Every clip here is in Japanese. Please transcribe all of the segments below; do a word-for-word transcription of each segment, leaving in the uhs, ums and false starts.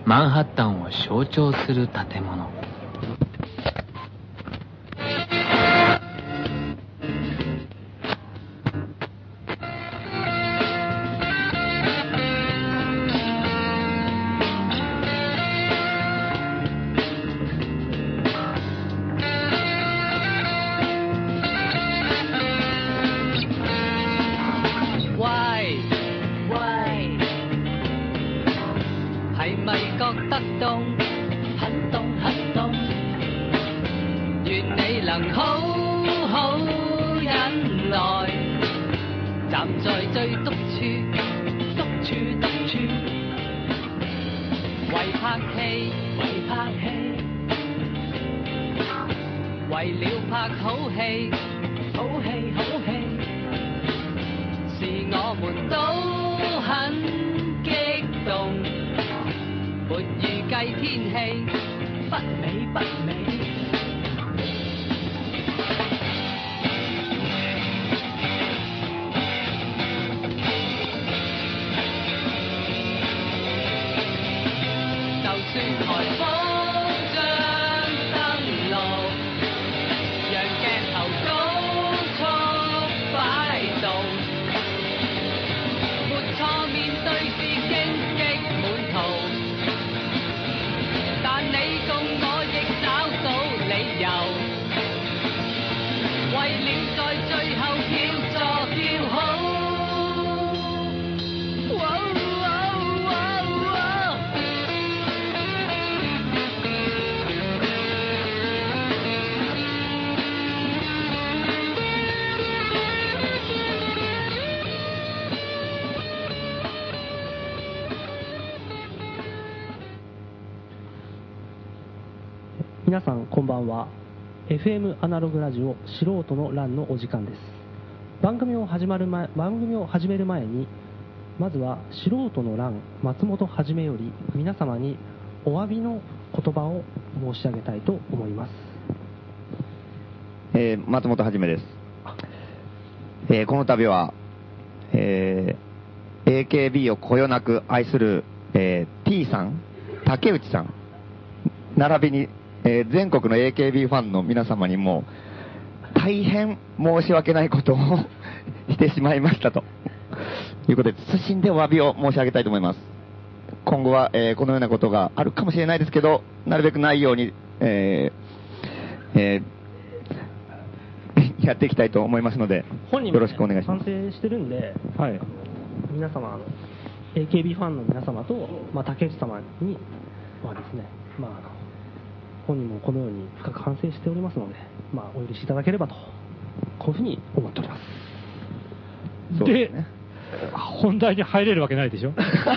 マンハッタンを象徴する建物。 皆さんこんばんは。 エフエム アナログラジオ素人の欄のお時間です。番組を始まる前番組を始める前に、まずは素人の欄松本はじめより皆様にお詫びの言葉を申し上げたいと思います。 えー、松本はじめです。えー、この度は、えー、エーケービー をこよなく愛する、えー、T さん、竹内さん並びにえー、全国の エーケービー ファンの皆様にも大変申し訳ないことをしてしまいましたということで、謹んでお詫びを申し上げたいと思います。今後は、えー、このようなことがあるかもしれないですけど、なるべくないように、えーえー、やっていきたいと思いますので、 本人も、ね、 よろしくお願いします。 反省してるんで、はい、皆様あの エーケービー ファンの皆様と、まあ、竹内様にはですね、まああの本人もこのように深く反省しておりますので、まあ、お許しいただければと、こういうふうに思っております。 そうですね。で、本題に入れるわけないでしょ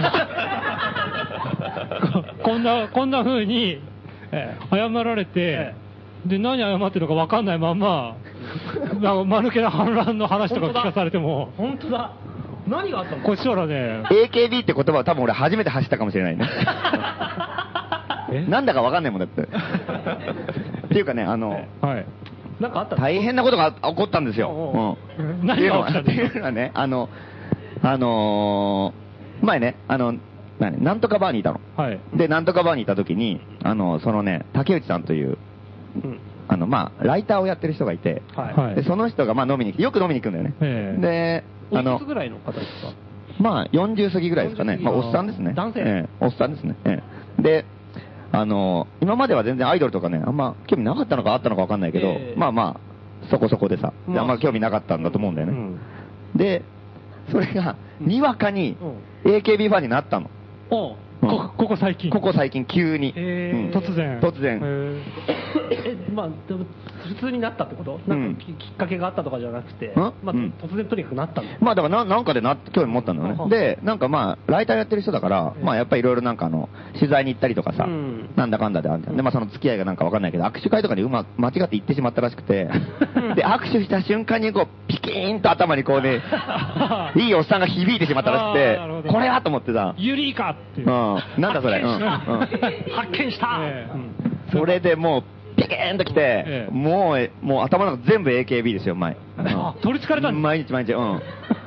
こんな、こんなふうに謝られて、で、何謝ってるのか分かんないまんま、間抜けな反乱の話とか聞かされても。 本当だ。何があったの？ こっちはね。 エーケービー って言葉は多分俺初めて発したかもしれないね。なんだかわかんないもんだって。っていうかね、あの、 はい、 なんかあった大変なことが起こったんですよ。 うん、何が起きたんですか？ っていうのはね、あの、あのー、前ね、あの、なんとかバーにいたの。 はい、 で、なんとかバーにいた時に、あの、そのね、竹内さんという、うん、あの、まあ、ライターをやってる人がいて、はい、でその人が、まあ、飲みに来て、よく飲みに行くんだよね。で、 あの、おいくつぐらいの方ですか？ まあ、よんじゅう過ぎぐらいですかね。まあ、おっさんですね。 男性、 えー、おっさんですね。えー、で、あの、今までは全然アイドルとかね、あんま興味なかったのかあったのかわかんないけど、えー、まあまあ、そこそこでさ、であんま興味なかったんだと思うんだよね。うん、で、それが、にわかに エーケービー ファンになったの。 うんうん、こ, ここ最近ここ最近急に、 えーうん、突然突然えまあでも普通になったってこと？なんかき、うん、きっかけがあったとかじゃなくて、まあ、うん、突然とにかくなったんだ。 まあだからななんかでな興味持ったんだよね。でなんかまあライターやってる人だから、えー、まあやっぱりいろいろなんかあの取材に行ったりとかさ、うん、なんだかんだであるんだよ。でまあその付き合いがなんかわかんないけど握手会とかにうま間違って行ってしまったらしくてで握手した瞬間にこうピキーンと頭にこうねいいおっさんが響いてしまったらしくてこれはと思ってさユリーカっていう、 うん、なんだそれ、うんうん、 発見した、えーうん、 それでもうピキーンと来て、えー、もうもう頭の中全部 エーケービー ですよ前、うん、 取り憑かれたんです毎日毎日うん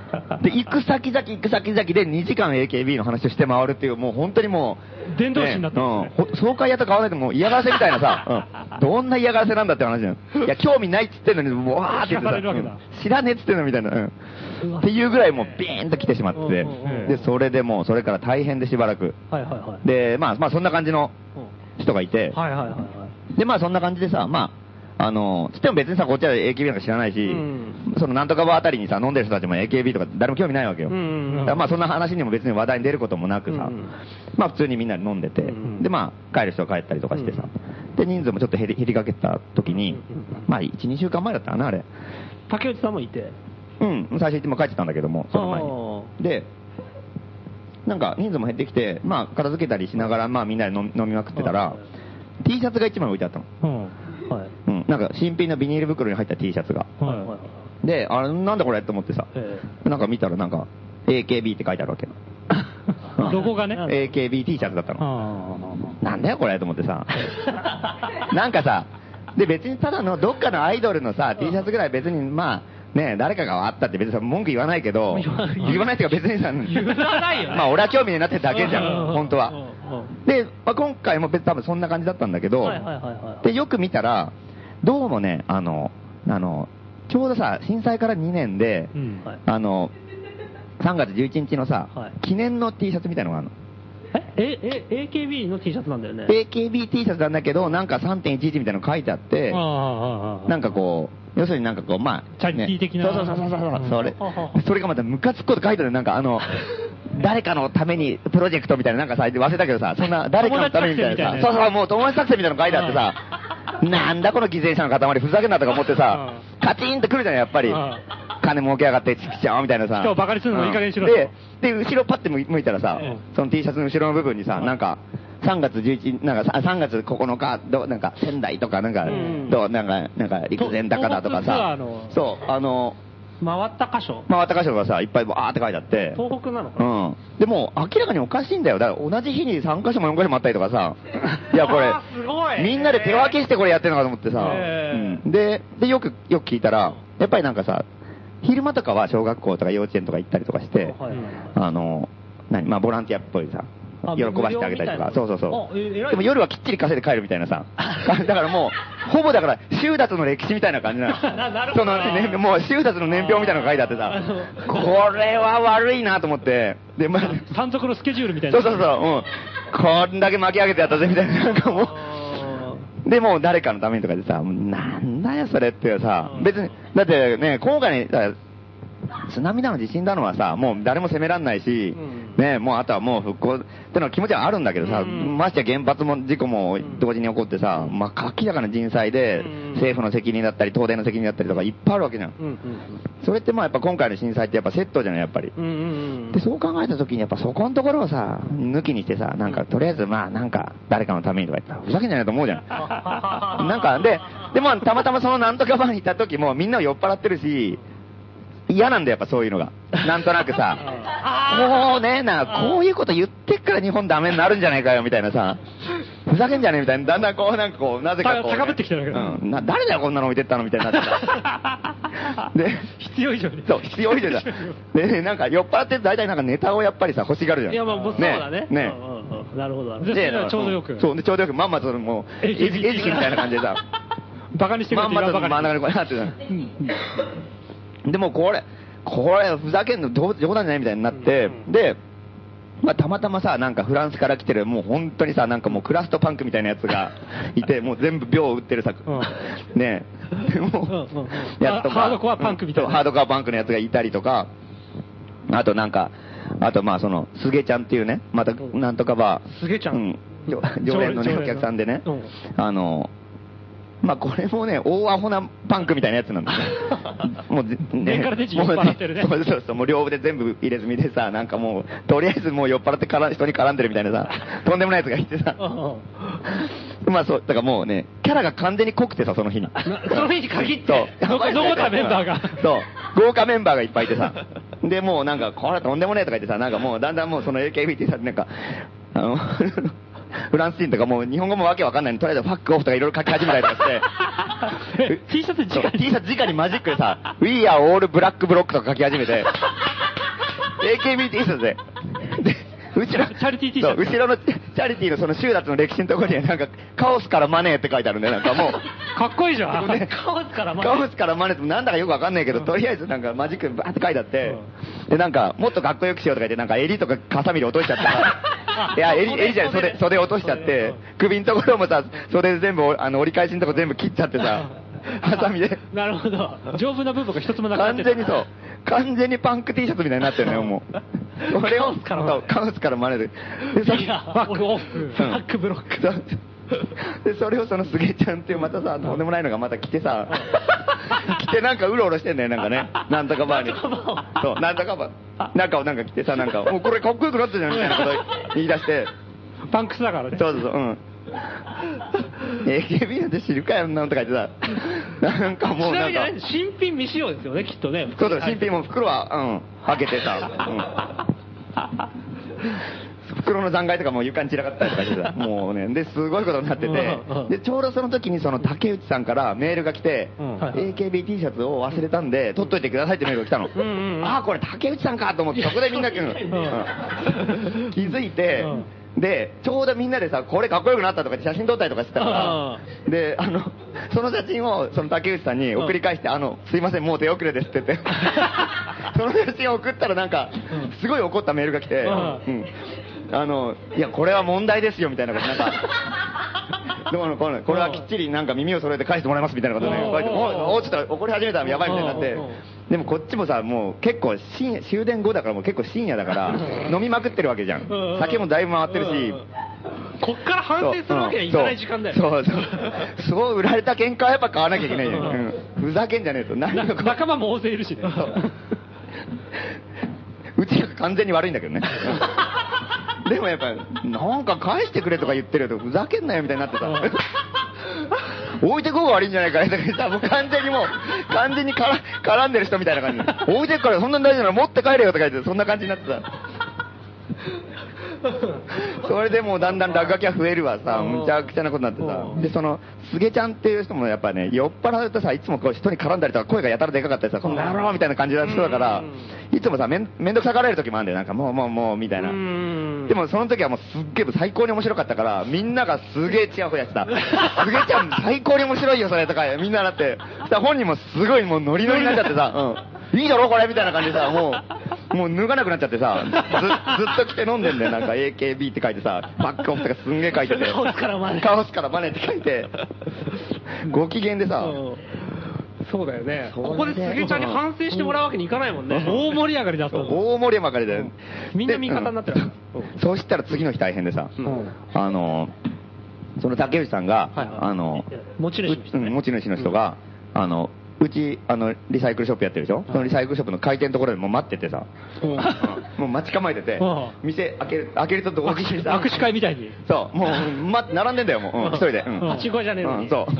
で、行く先々行く先々でにじかん エーケービー の話をして回るっていう、もう本当にもう、 伝道師になってますね。 うん、総会屋と変わらないともう嫌がらせみたいなさ、うん、どんな嫌がらせなんだって話じゃん。いや、興味ないっつってんのに、もうわーって言ってさ、うん、知らねえっつってんのみたいな、うん、っていうぐらいもうビーンと来てしまって、で、それでもう、それから大変でしばらく。はいはいはい。で、まあ、まあそんな感じの人がいて、はいはいはいはい。で、まあそんな感じでさ、まあ、あの、つっても別にさ、こっちは エーケービー なんか知らないし、うん、そのなんとかバーあたりにさ、飲んでる人たちも エーケービー とか誰も興味ないわけよ。うんうんうん、だからまあそんな話にも別に話題に出ることもなくさ、うんうん、まあ普通にみんなで飲んでて、うんうん、でまあ帰る人は帰ったりとかしてさ、うん、で人数もちょっと減り減りかけた時に、うんうん、まあいち、にしゅうかんまえだったかな、あれ。 竹内さんもいて。 うん、最初行っても帰ってたんだけども、その前に。で、なんか人数も減ってきて、まあ片付けたりしながら、まあみんなで飲みまくってたら、T シャツがいちまい置いてあったの。うんはい、うん、なんか新品のビニール袋に入った T シャツが、はいはい、で、あれなんだこれと思ってさ、えー、なんか見たらなんか エーケービー って書いてあるわけロゴがねエーケービー T シャツだったの。なんだよこれと思ってさなんかさ、で別にただのどっかのアイドルのさ T シャツぐらい別にまあね、誰かがあったって別にさ文句言わないけど、言わないっていうか別にさ、 言わないよね。 まあ俺は興味になってるだけじゃん本当は。で、まあ、今回も別に多分そんな感じだったんだけど、はいはいはいはい、でよく見たらどうもね、あのあのちょうどさ震災からにねんで、うんはい、あのさんがつじゅういちにちのさ、はい、記念の T シャツみたいなのがあるの。 えええ エーケービー の T シャツなんだよね。 エーケービー T シャツなんだけどなんか さんてんいちいち みたいなの書いてあって、なんかこう要するになんかこうまあチャリティー的な、 ね、そうそうそうそうそう、うん、それそれがまたムカつくこと書いてある。なんかあの誰かのためにプロジェクトみたいななんかさ忘れたけどさ、そんな誰かのためにみたいなさ、そうそうもう友達作戦みたいなの書いてあってさ、なんだこの犠牲者の塊ふざけんなとか思ってさ、カチンとくるじゃんやっぱり。金儲けやがってちきちゃおうみたいなさ。 今日バカにするのいい加減にしろ。 で、で後ろパッて向いたらさ、その T シャツの後ろの部分にさ、なんかさんがつじゅういちにちなんかさんがつここのかどなんか仙台とかなんかどうなんかなんか陸前高田とかさ、そうあの。 回った箇所回った箇所がさいっぱいバーって書いてあって、 東北なのかな。 うんでも明らかにおかしいんだよ。だから同じ日にさんかしょもよんかしょもあったりとかさいやこれすごいみんなで手分けしてこれやってるのかと思ってさ、うん、ででよくよく聞いたらやっぱりなんかさ昼間とかは小学校とか幼稚園とか行ったりとかして、はい、あの何まあボランティアっぽいさ喜ばせてあげたりとか、そうそうそう。でも夜はきっちり稼いで帰るみたいなさ。だからもう、ほぼだから、収奪の歴史みたいな感じなの。なるほど。その、ね、もう収奪の年表みたいなのが書いてあってさ、これは悪いなと思って、で、まあ、 単独のスケジュールみたいな。 そうそうそう、うん。こんだけ巻き上げてやったぜみたいな、なんかもう。でも誰かのためにとかでさ、なんだよそれってさ、別に、だってね、今回に、津波だの地震だのはさ、もう誰も責めらんないし、うん、ね、もうあとはもう復興っての気持ちはあるんだけどさ、うん、ましてや原発も事故も同時に起こってさ、うん、まあ明らかな人災で、うん、政府の責任だったり東電の責任だったりとかいっぱいあるわけじゃん、うんうんうん、それってまあやっぱ今回の震災ってやっぱセットじゃないやっぱり、うんうんうん、でそう考えた時にやっぱそこのところをさ抜きにしてさ、なんかとりあえずまあなんか誰かのためにとか言ったらふざけんじゃないと思うじゃんなんかででもたまたまそのなんとかバーに行った時もみんな酔っ払ってるし嫌なんだよやっぱそういうのがなんとなくさもうねなこういうこと言ってっから日本ダメになるんじゃないかよみたいなさふざけんじゃねえみたいな、だんだんこうなんかこうなぜかこう、ね、 高ぶってきてるわけだ、 うん、な誰だよこんなの置いてったのみたいになってさで必要以上にそう必要以上だでなんか酔っ払って大体なんかネタをやっぱりさ欲しがるじゃん。 いやまあそうだねね、 うんうんうん、なるほどなるほど。 でちょうどよくそうでちょうどよくまんまともう餌食みたいな感じでさバカにしてくれてまんまと真ん中にこうやってさでもこれこれふざけんのどう冗談じゃないみたいになって、うんうん、で、まあ、たまたまさなんかフランスから来てるもう本当にさなんかもうクラストパンクみたいなやつがいてもう全部秒を打ってるさ、うん、ねえもうやつとかハードコアパンクみたいな、 ハードコアパンクのやつがいたりとか、あとなんかあとまあそのすげちゃんっていうねまたなんとかばすげちゃん、うん、 常連のねお客さんでね、うん、あのまあこれもね大アホなパンクみたいなやつなんですよもうね年から年中酔っ払ってるねそうそうそうもう両腕全部入れ墨でさなんかもうとりあえずもう酔っ払ってから人に絡んでるみたいなさとんでもないやつがいてさまあそうだからもうねキャラが完全に濃くてさその日にその日に限って残ったメンバーがそう豪華メンバーがいっぱいいてさでもうなんかこれとんでもねえとか言ってさなんかもうだんだんもうその エーケービー ってさなんかあのフランス人とかもう日本語もわけわかんないのにとりあえずファックオフとかいろいろ書き始めたりとかして T シャツ直に T シャツ直にマジックでさ We are all black block とか書き始めてエーケービー T シャツで。で、後ろ、 チャリティー T シャツ。 後ろのチャリティーのその収奪の歴史のところにはなんか、カオスからマネーって書いてあるんで、なんかもう。 かっこいいじゃん。 ね、 カオスからマネー。 カオスからマネーってなんだかよくわかんないけど、とりあえずなんかマジックバーって書いてあって、で、なんか、もっとかっこよくしようとか言って、なんか襟とかカサミで落としちゃったら、いや、襟、襟じゃない、袖、袖落としちゃって、首のところもさ、袖で全部、あの、折り返しのとこ全部切っちゃってさ、ハサミで。 なるほど。丈夫な部分が一つもなくなって完全にそう。完全にパンク T シャツみたいになってるのよ、もう。それを、カウスから真似で。で、 それバックオフ、バックブロック。 で、それをそのすげちゃんっていうまたさ、とんでもないのがまた来てさ、来てなんかうろうろしてんだよ、なんかね。なんとかバーに。そう、なんとかバー。中をなんか来てさ、なんか、もうこれかっこよくなったじゃん、みたいなこと言い出して。 パンクスだからね。 そうそうそう、うん。エーケービー なんて知るかよ、なんとか言ってさ。なんかもうなんか。 新品未使用ですよね、きっとね。 そうだ、新品も袋は、うん、開けてさ。袋の残骸とかもう床に散らかったりとかしてさ、もうね、で、すごいことになってて、で、ちょうどその時にその竹内さんからメールが来て、エーケービー T シャツを忘れたんで、取っといてくださいってメールが来たの。ああ、これ竹内さんかと思って、そこでみんな気づいて、で、ちょうどみんなでさ、これかっこよくなったとかって写真撮ったりとかしてたから、で、あの、その写真をその竹内さんに送り返して、あの、すいません、もう手遅れですって言って、その写真を送ったらなんか、すごい怒ったメールが来て、うんあの、いや、これは問題ですよ、みたいなこと、なんか、でもこれ、これはきっちりなんか耳を揃えて返してもらいます、みたいなことね、書いて、おお、ちょっと怒り始めたらやばいみたいになって、でもこっちもさ、もう結構深夜、終電後だからもう結構深夜だから、飲みまくってるわけじゃん。酒もだいぶ回ってるし、 こっから反省するわけにはいかない時間だよ。 そうそう。そう売られた喧嘩はやっぱ買わなきゃいけないじゃん。ふざけんじゃねえと。 仲間も大勢いるしね。 うちが完全に悪いんだけどね。でもやっぱ、なんか返してくれとか言ってると、ふざけんなよみたいになってさ。置いてこうが悪いんじゃないかねとか言ってさ、もう完全にもう、完全にから絡んでる人みたいな感じで。置いてくからそんなに大事なら持って帰れよとか言って、そんな感じになってさ。それでもうだんだん落書きが増えるわさ、むちゃくちゃなことになってさ。で、その、すげちゃんっていう人もやっぱね、酔っ払うとさ、いつもこう人に絡んだりとか声がやたらでかかったりさ、この野郎みたいな感じの人だから、いつもさ、めん、めんどくさがられる時もあるんだよ。なんかもうもうもう、みたいな。でもその時はもうすっげえ最高に面白かったから、みんながすげえチヤホヤしてた。すげちゃん最高に面白いよ、それとか、みんなだって。本人もすごいもうノリノリになっちゃってさ、うん。いいだろこれみたいな感じでさ、もう、もう脱がなくなっちゃってさ、ず、ずっと着て飲んでんだよ。なんか エーケービー って書いてさ、バックオフとかすんげえ書いてて。カオスからマネ。カオスからマネって書いて、ご機嫌でさ、 そうだよね。ここで杉ちゃんに反省してもらうわけにいかないもんね。大盛り上がりだった。 大盛り上がりだよ。 みんな味方になってる。 そうしたら次の日大変でさ、あの、その竹内さんが、あの、 持ち主の人。 持ち主の人が、あの、うち、あの、リサイクルショップやってるでしょ、そのリサイクルショップの開店のところでもう待っててさ、もう待ち構えてて、店開ける、開けると同時にさ、 握手会みたいに。 そう、もう、ま、並んでんだよ、もう、一人で。 はちごじゃねえのに。 そう。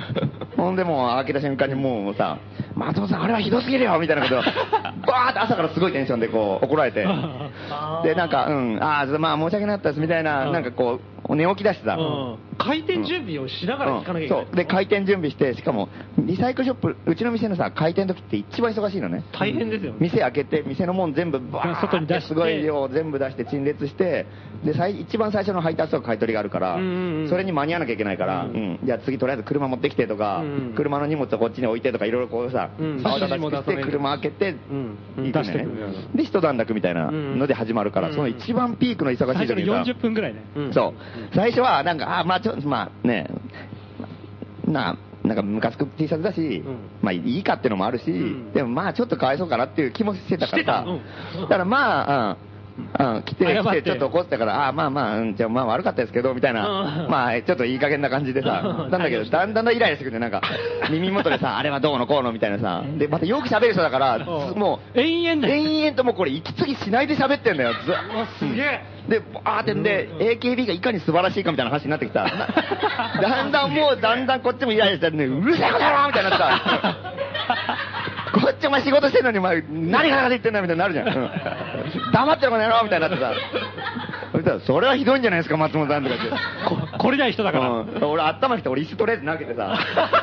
ほんでもう開けた瞬間にもうさ、松本さん、あれはひどすぎるよみたいなことを、バーって朝からすごいテンションでこう、怒られて、で、なんか、うん、ああ、まあ申し訳なかったです、みたいな、なんかこう、寝起き出してさ、 開店準備をしながら行かなきゃいけない。 そう。で、開店準備して、しかも、リサイクルショップ、うちの店のさ、開店時って一番忙しいのね。 大変ですよ。 店開けて、店のもん全部バー外に出して、 すごい量全部出して陳列して、で、最一番最初の配達とか買い取りがあるから、それに間に合わなきゃいけないから、うん。じゃあ次とりあえず車持ってきてとか、車の荷物をこっちに置いてとか、いろいろこうさ、騒がしくして、車開けて、行くね。で、一段落みたいなので始まるから、その一番ピークの忙しい時にさ、 よんじゅっぷんぐらいね。 そう。最初は、なんか、あ、まあちょっと、まあね、な、なんかムカつく T シャツだし、うん、まあいいかっていうのもあるし、うん、でもまあちょっとかわいそうかなっていう気もしてたからさ、うん、だからまあ、うんうん、来て、来てちょっと怒ってたから、あまあまあ、うん、じゃあまあ悪かったですけど、みたいな、まあちょっといい加減な感じでさ、なんだけど、だんだんだんイライラしてくるね、なんか、耳元でさ、あれはどうのこうのみたいなさ、で、またよく喋る人だから、もう、 延々だよ。延々ともうこれ息継ぎしないで喋ってんだよ、ずすげえ。 で、あーってんで、エーケービー がいかに素晴らしいかみたいな話になってきた。だんだんもう、だんだんこっちもイライラしてね、うるせえことやろみたいになってさ。こっちお前仕事してんのに、お前、何が言ってんだみたいになるじゃん。うん、黙ってろこの野郎みたいになってさ。そしたら、それはひどいんじゃないですか、松本さんとかって。 こ、これない人だから。 うん、俺、頭きて、俺、椅子とりあえず投げてさ。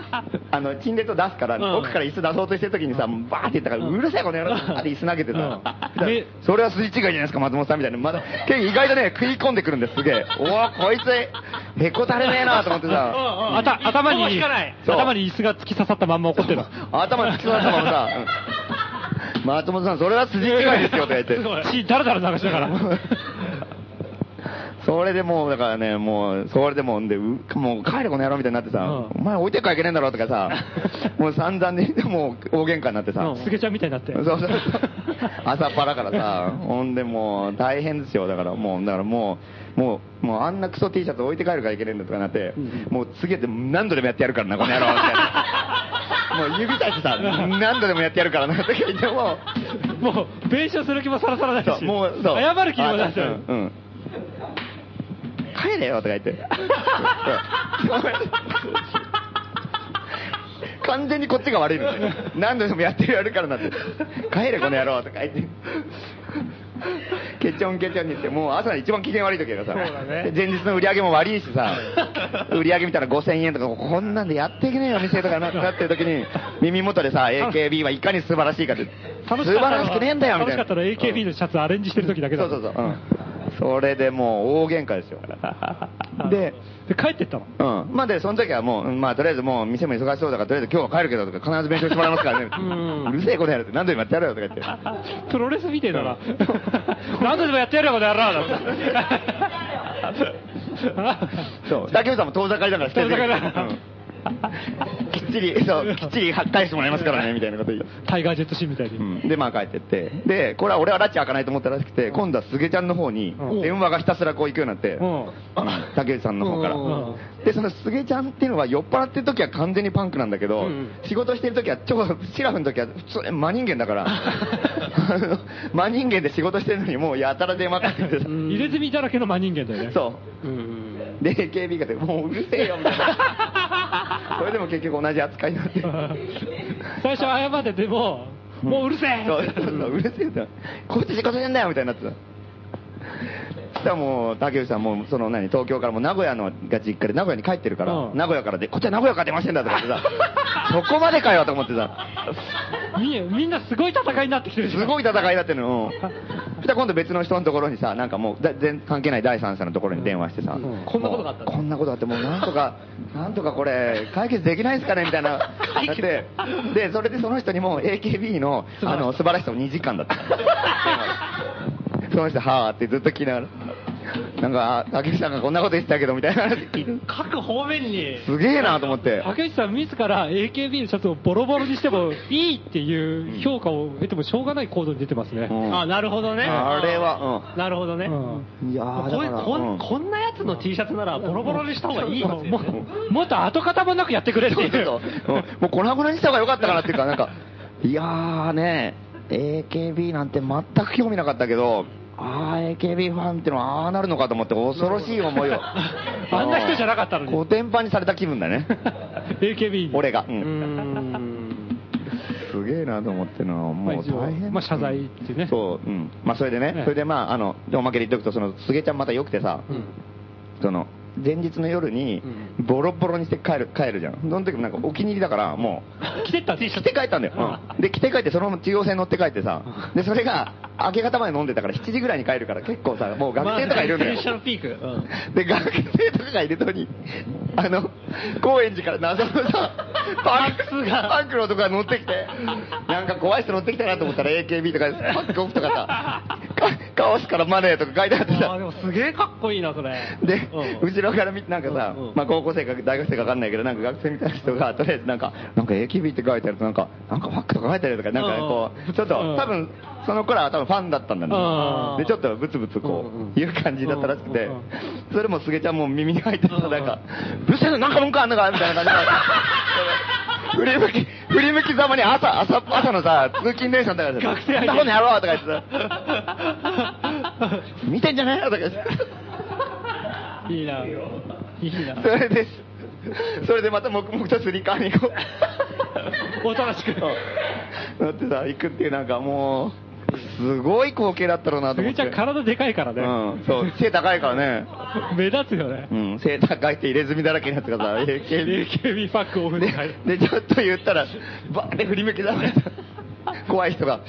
あの、陳列を出すから、 うん奥から椅子出そうとしてる時にさ、もうバーって言ったから、うるさいこの野郎って椅子投げてさ、 うんだからそれは筋違いじゃないですか、松本さんみたいな。まだ、結構意外とね、食い込んでくるんですげえ。おお、こいつ、へこたれねえなと思ってさ、 あた頭に引かないそう頭に椅子が突き刺さったまんま怒ってるの。 頭に突き刺さったままさ、うん松本さん、それは筋違いですよとか言って。 血だらだら流しながら。 それでもう、だからね、もう、それでもう、で、うもう帰れこの野郎みたいになってさ、 うんお前置いてっからいけねえんだろとかさ、もう散々で、もう大喧嘩になってさ、 すげちゃんみたいになって。 そうそうそう。朝っぱらからさ、ほんでもう大変ですよ。だからもう、だからもう、もう、もうあんなクソ T シャツ置いて帰るからいけねえんだとかなって、もう次で何度でもやってやるからな、この野郎みたいな。もう指さしてさ、何度でもやってやるからなって言っても、 もう、弁償する気もさらさらないし。 そう、もう、そう。 謝る気もないし。 うん。うん帰れよとか言って。完全にこっちが悪いのね。何度でもやってやるからなって。帰れこの野郎とか言って。ケチョンケチョンに言って、もう朝一番機嫌悪い時だからさ。 そうだね。 前日の売り上げも悪いしさ、売り上げ見たらごせんえんとか、こんなんでやっていけねえよ店とかななってる時に、耳元でさ、エーケービー はいかに素晴らしいかって。素晴らしくねえんだよみたいな。 楽しかったら エーケービー のシャツアレンジしてる時だけだ。 そうそうそう。うんそれでもう大喧嘩ですよ。で、 で帰ってったの。 うん。まあで、その時はもう、まあとりあえずもう店も忙しそうだから、とりあえず今日は帰るけどとか、必ず勉強してもらいますからね。うるせえことやるって何度でもやってやるよとか言って。 プロレスみてえだな。何度でもやってやるよ、この野郎だって。 そう。竹内さんも遠ざかりだから遠ざかりだからうんきっちり、そう、きっちり返してもらいますからね、みたいなこと言う。 タイガージェットシーンみたいに。 うん、で、まあ帰ってって。で、これは俺は拉致開かないと思ったらしくて、今度はすげちゃんの方に電話がひたすらこう行くようになって、 うん竹内さんの方からうん。 で、そのすげちゃんっていうのは酔っ払ってる時は完全にパンクなんだけど、 うん仕事してる時は超、シラフの時は普通、真人間だから、あの真人間で仕事してるのにもうやたら電話かけてさ、 入れ墨だらけの真人間だよね。 そう。 うんで、エーケービー がでもううるせえよみたいな。それでも結局同じ扱いになって。 最初謝ってても、もううるせえそうそうそう、うるせえって。こいつ仕事してんだよみたいになってた。そしたらもう、竹内さんも、その何、東京からもう名古屋のが実家で名古屋に帰ってるから、 うん名古屋からで、こっちは名古屋から出ましてんだとかってさ、そこまでかよと思ってさ、 みみんなすごい戦いになってきてるじゃん。 すごい戦いだってるの。そしたら今度別の人のところにさ、なんかもうだ全関係ない第三者のところに電話してさ、 うんこんなことがあったこんなことあって、もうなんとか、なんとかこれ、解決できないですかねみたいな。だって、で、それでその人にも エーケービー の、あの、素晴らしさをにじかんだった。その人、はーってずっと聞きながら。なんか、竹内さんがこんなこと言ってたけど、みたいな話聞いて。 各方面に。 すげえなと思って。 竹内さん自ら エーケービー のシャツをボロボロにしてもいいっていう評価を得てもしょうがない行動に出てますね。 うんあ、なるほどね。 あれは、 なるほどね。 うんうん。いやー、だこういうから、 こうんんこんなやつの T シャツならボロボロにした方がいいもうもっと跡形もなくやってくれってそういう。 そうそう。うんもう粉々にした方が良かったかなっていうか、なんか、いやーね、エーケービー なんて全く興味なかったけど、あー、エーケービー ファンってのはああなるのかと思って恐ろしい思いを。 あんな人じゃなかったのに。 コテンパンにされた気分だね。 エーケービー に。 俺が。う。 うんん。 すげえなと思っての、もうまあ一応大変。 まあ謝罪ってねそう、うん。まあそれでね、 ええそれでまあ、あの、おまけで言っとくと、その、すげちゃんまた良くてさ、 うんその、前日の夜に、ボロボロにして帰る、帰るじゃん。その時もなんかお気に入りだから、もう、 着てった着て帰ったんだよ。うんで、着て帰ってそのまま中央線乗って帰ってさ、で、それが明け方まで飲んでたからしちじぐらいに帰るから結構さ、もう学生とかいるんだよ。 電車のピーク。うんで、学生とかがいるのに、あの、高円寺から謎のさ、パンクが、パンクの男が乗ってきて、なんか怖い人乗ってきたなと思ったら エーケービー とか、パックオフとかさ、かカオスからマネーとか書いてあってさあー、でもすげえかっこいいな、それ。 で、 うん後ろから見て、なんかさ、 うんうんまあ高校生か大学生か分かんないけど、なんか学生みたいな人が、とりあえずなんか、なんか エーケービー って書いてあると、なんか、なんかファックとか書いてあるとか、なんかこう、ちょっと、多分、その頃は多分ファンだったんだうんね。で、ちょっとブツブツこうんうんう、言う感じだったらしくてうんうん、 それもすげちゃんも耳に入ってさ、なんか、うるせえな、なんか文句あんのかみたいな感じで。振り向き、振り向きざまに朝、朝、朝のさ、通勤電車の中でさ、 学生相手になんだこの野郎とか言ってさ、見てんじゃねえよとか言って。 いいな。いいな。 それで、それでまた黙々とスリカーに行こう。 おとなしく。 だってさ、行くっていうなんかもう、くっすごい光景だったろうなとすげ思って。 ちゃん体でかいからね。 うん、そう、背高いからね。 目立つよね。 うん、背高いって入れ墨だらけのやつがさ、エーケービー。 エーケービー パックオフで入る。 で、ちょっと言ったら、バーって振り向き出された。怖い人が。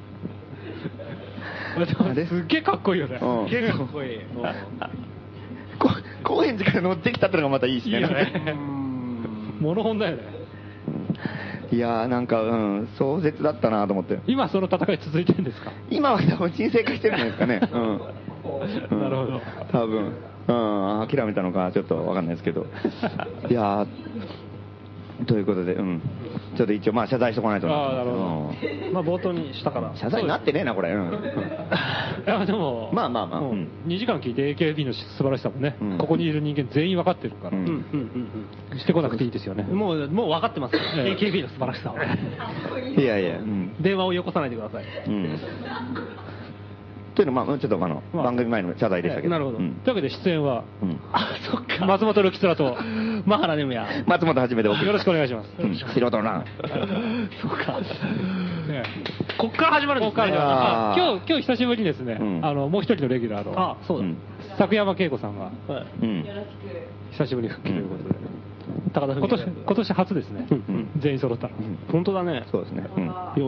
すっげえかっこいいよね。 うんすっげえかっこいい。 こ高円寺から乗ってきたってのがまたいいしね。 いいよね。モノホンだよね。 いやーなんか、うん、壮絶だったなと思って。 今その戦い続いてるんですか？ 今は多分沈静化してるんじゃないですかね。うんうん、 なるほど。 多分、うん、諦めたのかちょっとわかんないですけど。いやーということで、うん、ちょっと一応まあ謝罪しとかないとな。 ああ、なるほど。 うん、まあ冒頭にしたから。 謝罪になってねえなこれ。うん、 いやでも、 まあまあまあ、うん、 にじかん聞いて エーケービー の素晴らしさもね、うん、ここにいる人間全員分かってるから、うんうんうん、してこなくていいですよね。 もうもう分かってます。エーケービー の素晴らしさは。 いやいや、うん、 電話をよこさないでください。 うんというのは、まあ、ちょっとあの、まあ、番組前の謝罪でしたけど。 なるほど。うん、というわけで出演は、 うん、あ、そっか。 松本るきつらと、 マハラネムヤ。 松本はじめでお送り。 よろしくお願いします。 うん、素人の欄。 そうか。ね、こっから始まるんですね。 こっから今日、今日久しぶりにですね、うん、あの、もう一人のレギュラーの、 あ、そうだ。 作山恵子さんが、 はい、うん、 久しぶりに復帰ということで。うん高田今年今年初ですね、うんうん、全員揃ったの、 うん、本当だね。 そうですね、うん、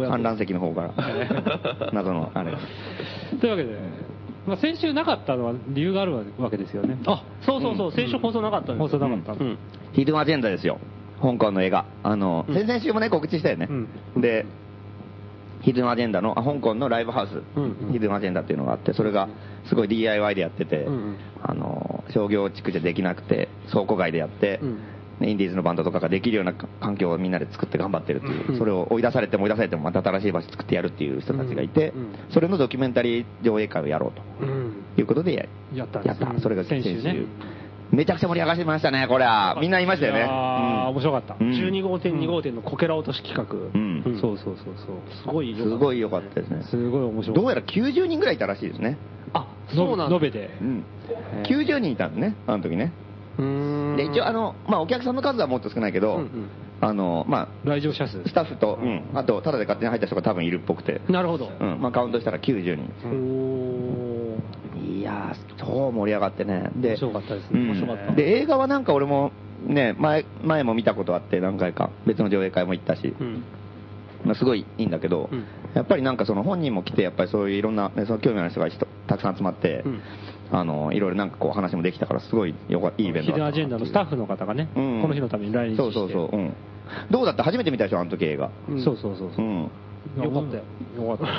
観覧席の方から謎のあれというわけで、まあ、先週なかったのは理由があるわけですよね。 あ、そうそうそう、うん、先週放送なかったんです。 放送なかった、うん、 ヒドゥンアジェンダですよ、香港の映画。あの、うん、先々週もね告知したよね、うん、でヒドゥンアジェンダのあ香港のライブハウス、うんうん、ヒドゥンアジェンダっていうのがあって、それがすごい ディーアイワイ でやってて、うんうん、あの商業地区じゃできなくて倉庫街でやって、うん、インディーズのバンドとかができるような環境をみんなで作って頑張ってるっていう、うん、それを追い出されても追い出されてもまた新しい場所作ってやるっていう人たちがいて、うんうん、それのドキュメンタリー上映会をやろうということで や,、うん、やったんです、やった。それが先週、ね、めちゃくちゃ盛り上がりましたね、これは。みんな言いましたよね。 ああ、面白かった。 じゅうに号店に号店のこけら落とし企画。 うんうん、そうそうそうそう。 すごいすごい良かったですね。 すごい面白い。 どうやらきゅうじゅうにんぐらいいたらしいですね。 あ、そうなんだ。 延べで。 うん。きゅうじゅうにんいたんですね、あの時ね。で一応あの、まあ、お客さんの数はもっと少ないけど、うんうん、あのまあ、 来場者数スタッフと、うん、あとタダで勝手に入った人が多分いるっぽくて。 なるほど、 うんまあ、カウントしたらきゅうじゅうにん。おいやー超盛り上がってね。で面白かったですね、うん、面白かった。 で映画はなんか俺もね 前, 前も見たことあって何回か別の上映会も行ったし、うんまあ、すごいいいんだけど、うん、やっぱりなんかその本人も来てやっぱりそういういろんな、ね、その興味ある人がたくさん集まって、うんあのいろいろなんかこう話もできたからすごいよかいいイベントだったな。ヒドゥンアジェンダのスタッフの方がね、うん、この日のために来日して。そうそうそう、うん、どうだった？初めて見たでしょあの時映画、 うん、そうそうそうそう、うん、 よかったよ。 よかったね。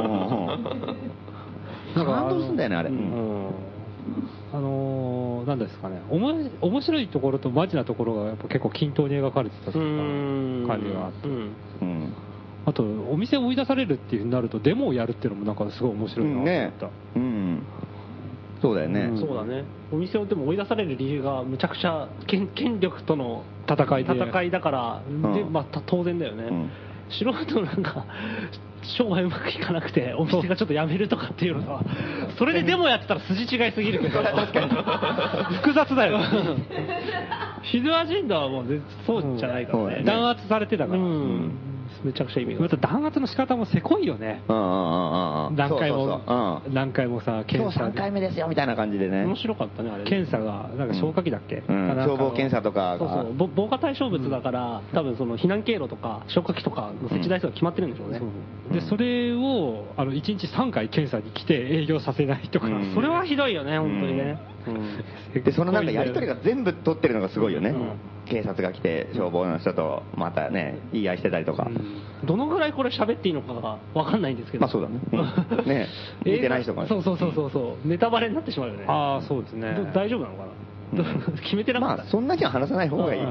なんか感動するんだよねあれ、うんうん、 あのー、なんですかね、おも面白いところとマジなところがやっぱ結構均等に描かれてたというか感じがあって、うんうん、あとお店を追い出されるっていう風になるとデモをやるっていうのもなんかすごい面白いなと思った、うんねうんそうだよね、 うん、そうだね。お店をでも追い出される理由がむちゃくちゃ 権, 権力との戦いで戦いだから、うん、でまあ、当然だよね、うん、素人なんか商売うまくいかなくてお店がちょっと辞めるとかっていうのはそれでデモやってたら筋違いすぎるけど確かに複雑だよヒドゥンアジェンダはもうそうじゃないからね、 うん、弾圧されてたから、 うんめちゃくちゃ意味がある。 弾圧の仕方もせこいよね。何回も何回もさ検査で今日さんかいめですよみたいな感じでね。 面白かったねあれ。 検査がなんか消火器だっけ？ うんうん、消防検査とか。 そうそう防火対象物だから、うん、多分その避難経路とか消火器とかの設置台数が決まってるんでしょうね。 うん、でそれをあのいちにちさんかい検査に来て営業させないとか、うん、 それはひどいよね本当にね。 うん、でそのなんかやり取りが全部取ってるのがすごいよね。うん、警察が来て消防の人とまたね言い合いしてたりとか。うんどのぐらいこれ喋っていいのかが分かんないんですけど。 まあそうだね。うん、ね見てない人が。 そうそうそうそうそう。ネタバレになってしまうよね。 ああそうですね。 大丈夫なのかな。うん、決めてなかった。 まあそんなには話さない方がいい。うん、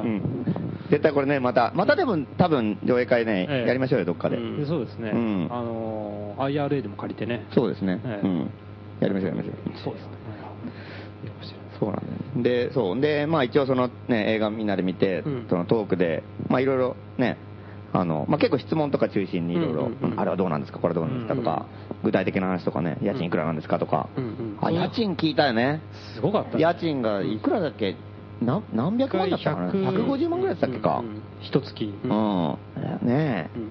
絶対これねまたまたでも多分上映会ね、ええ、やりましょうよどっかで。 うん、そうですね。うん、あのー、アイアールエー でも借りてね。 そうですね。ええ、うん。やりましょうやりましょう。 そうですね。 そうなんだよ。で、そう。で、まあ一応そのね、映画みんなで見て、うん、そのトークで、まあいろいろね、あの、まあ結構質問とか中心にいろいろ、あれはどうなんですか、これはどうなんですかとか、うんうん、具体的な話とかね、家賃いくらなんですかとか、うんうん、あ、家賃聞いたよね。 すごかった、ね。 家賃がいくらだっけな何百万だったかな ?ひゃくごじゅう 万ぐらいだったっけか。 一月。 うん。ねえ。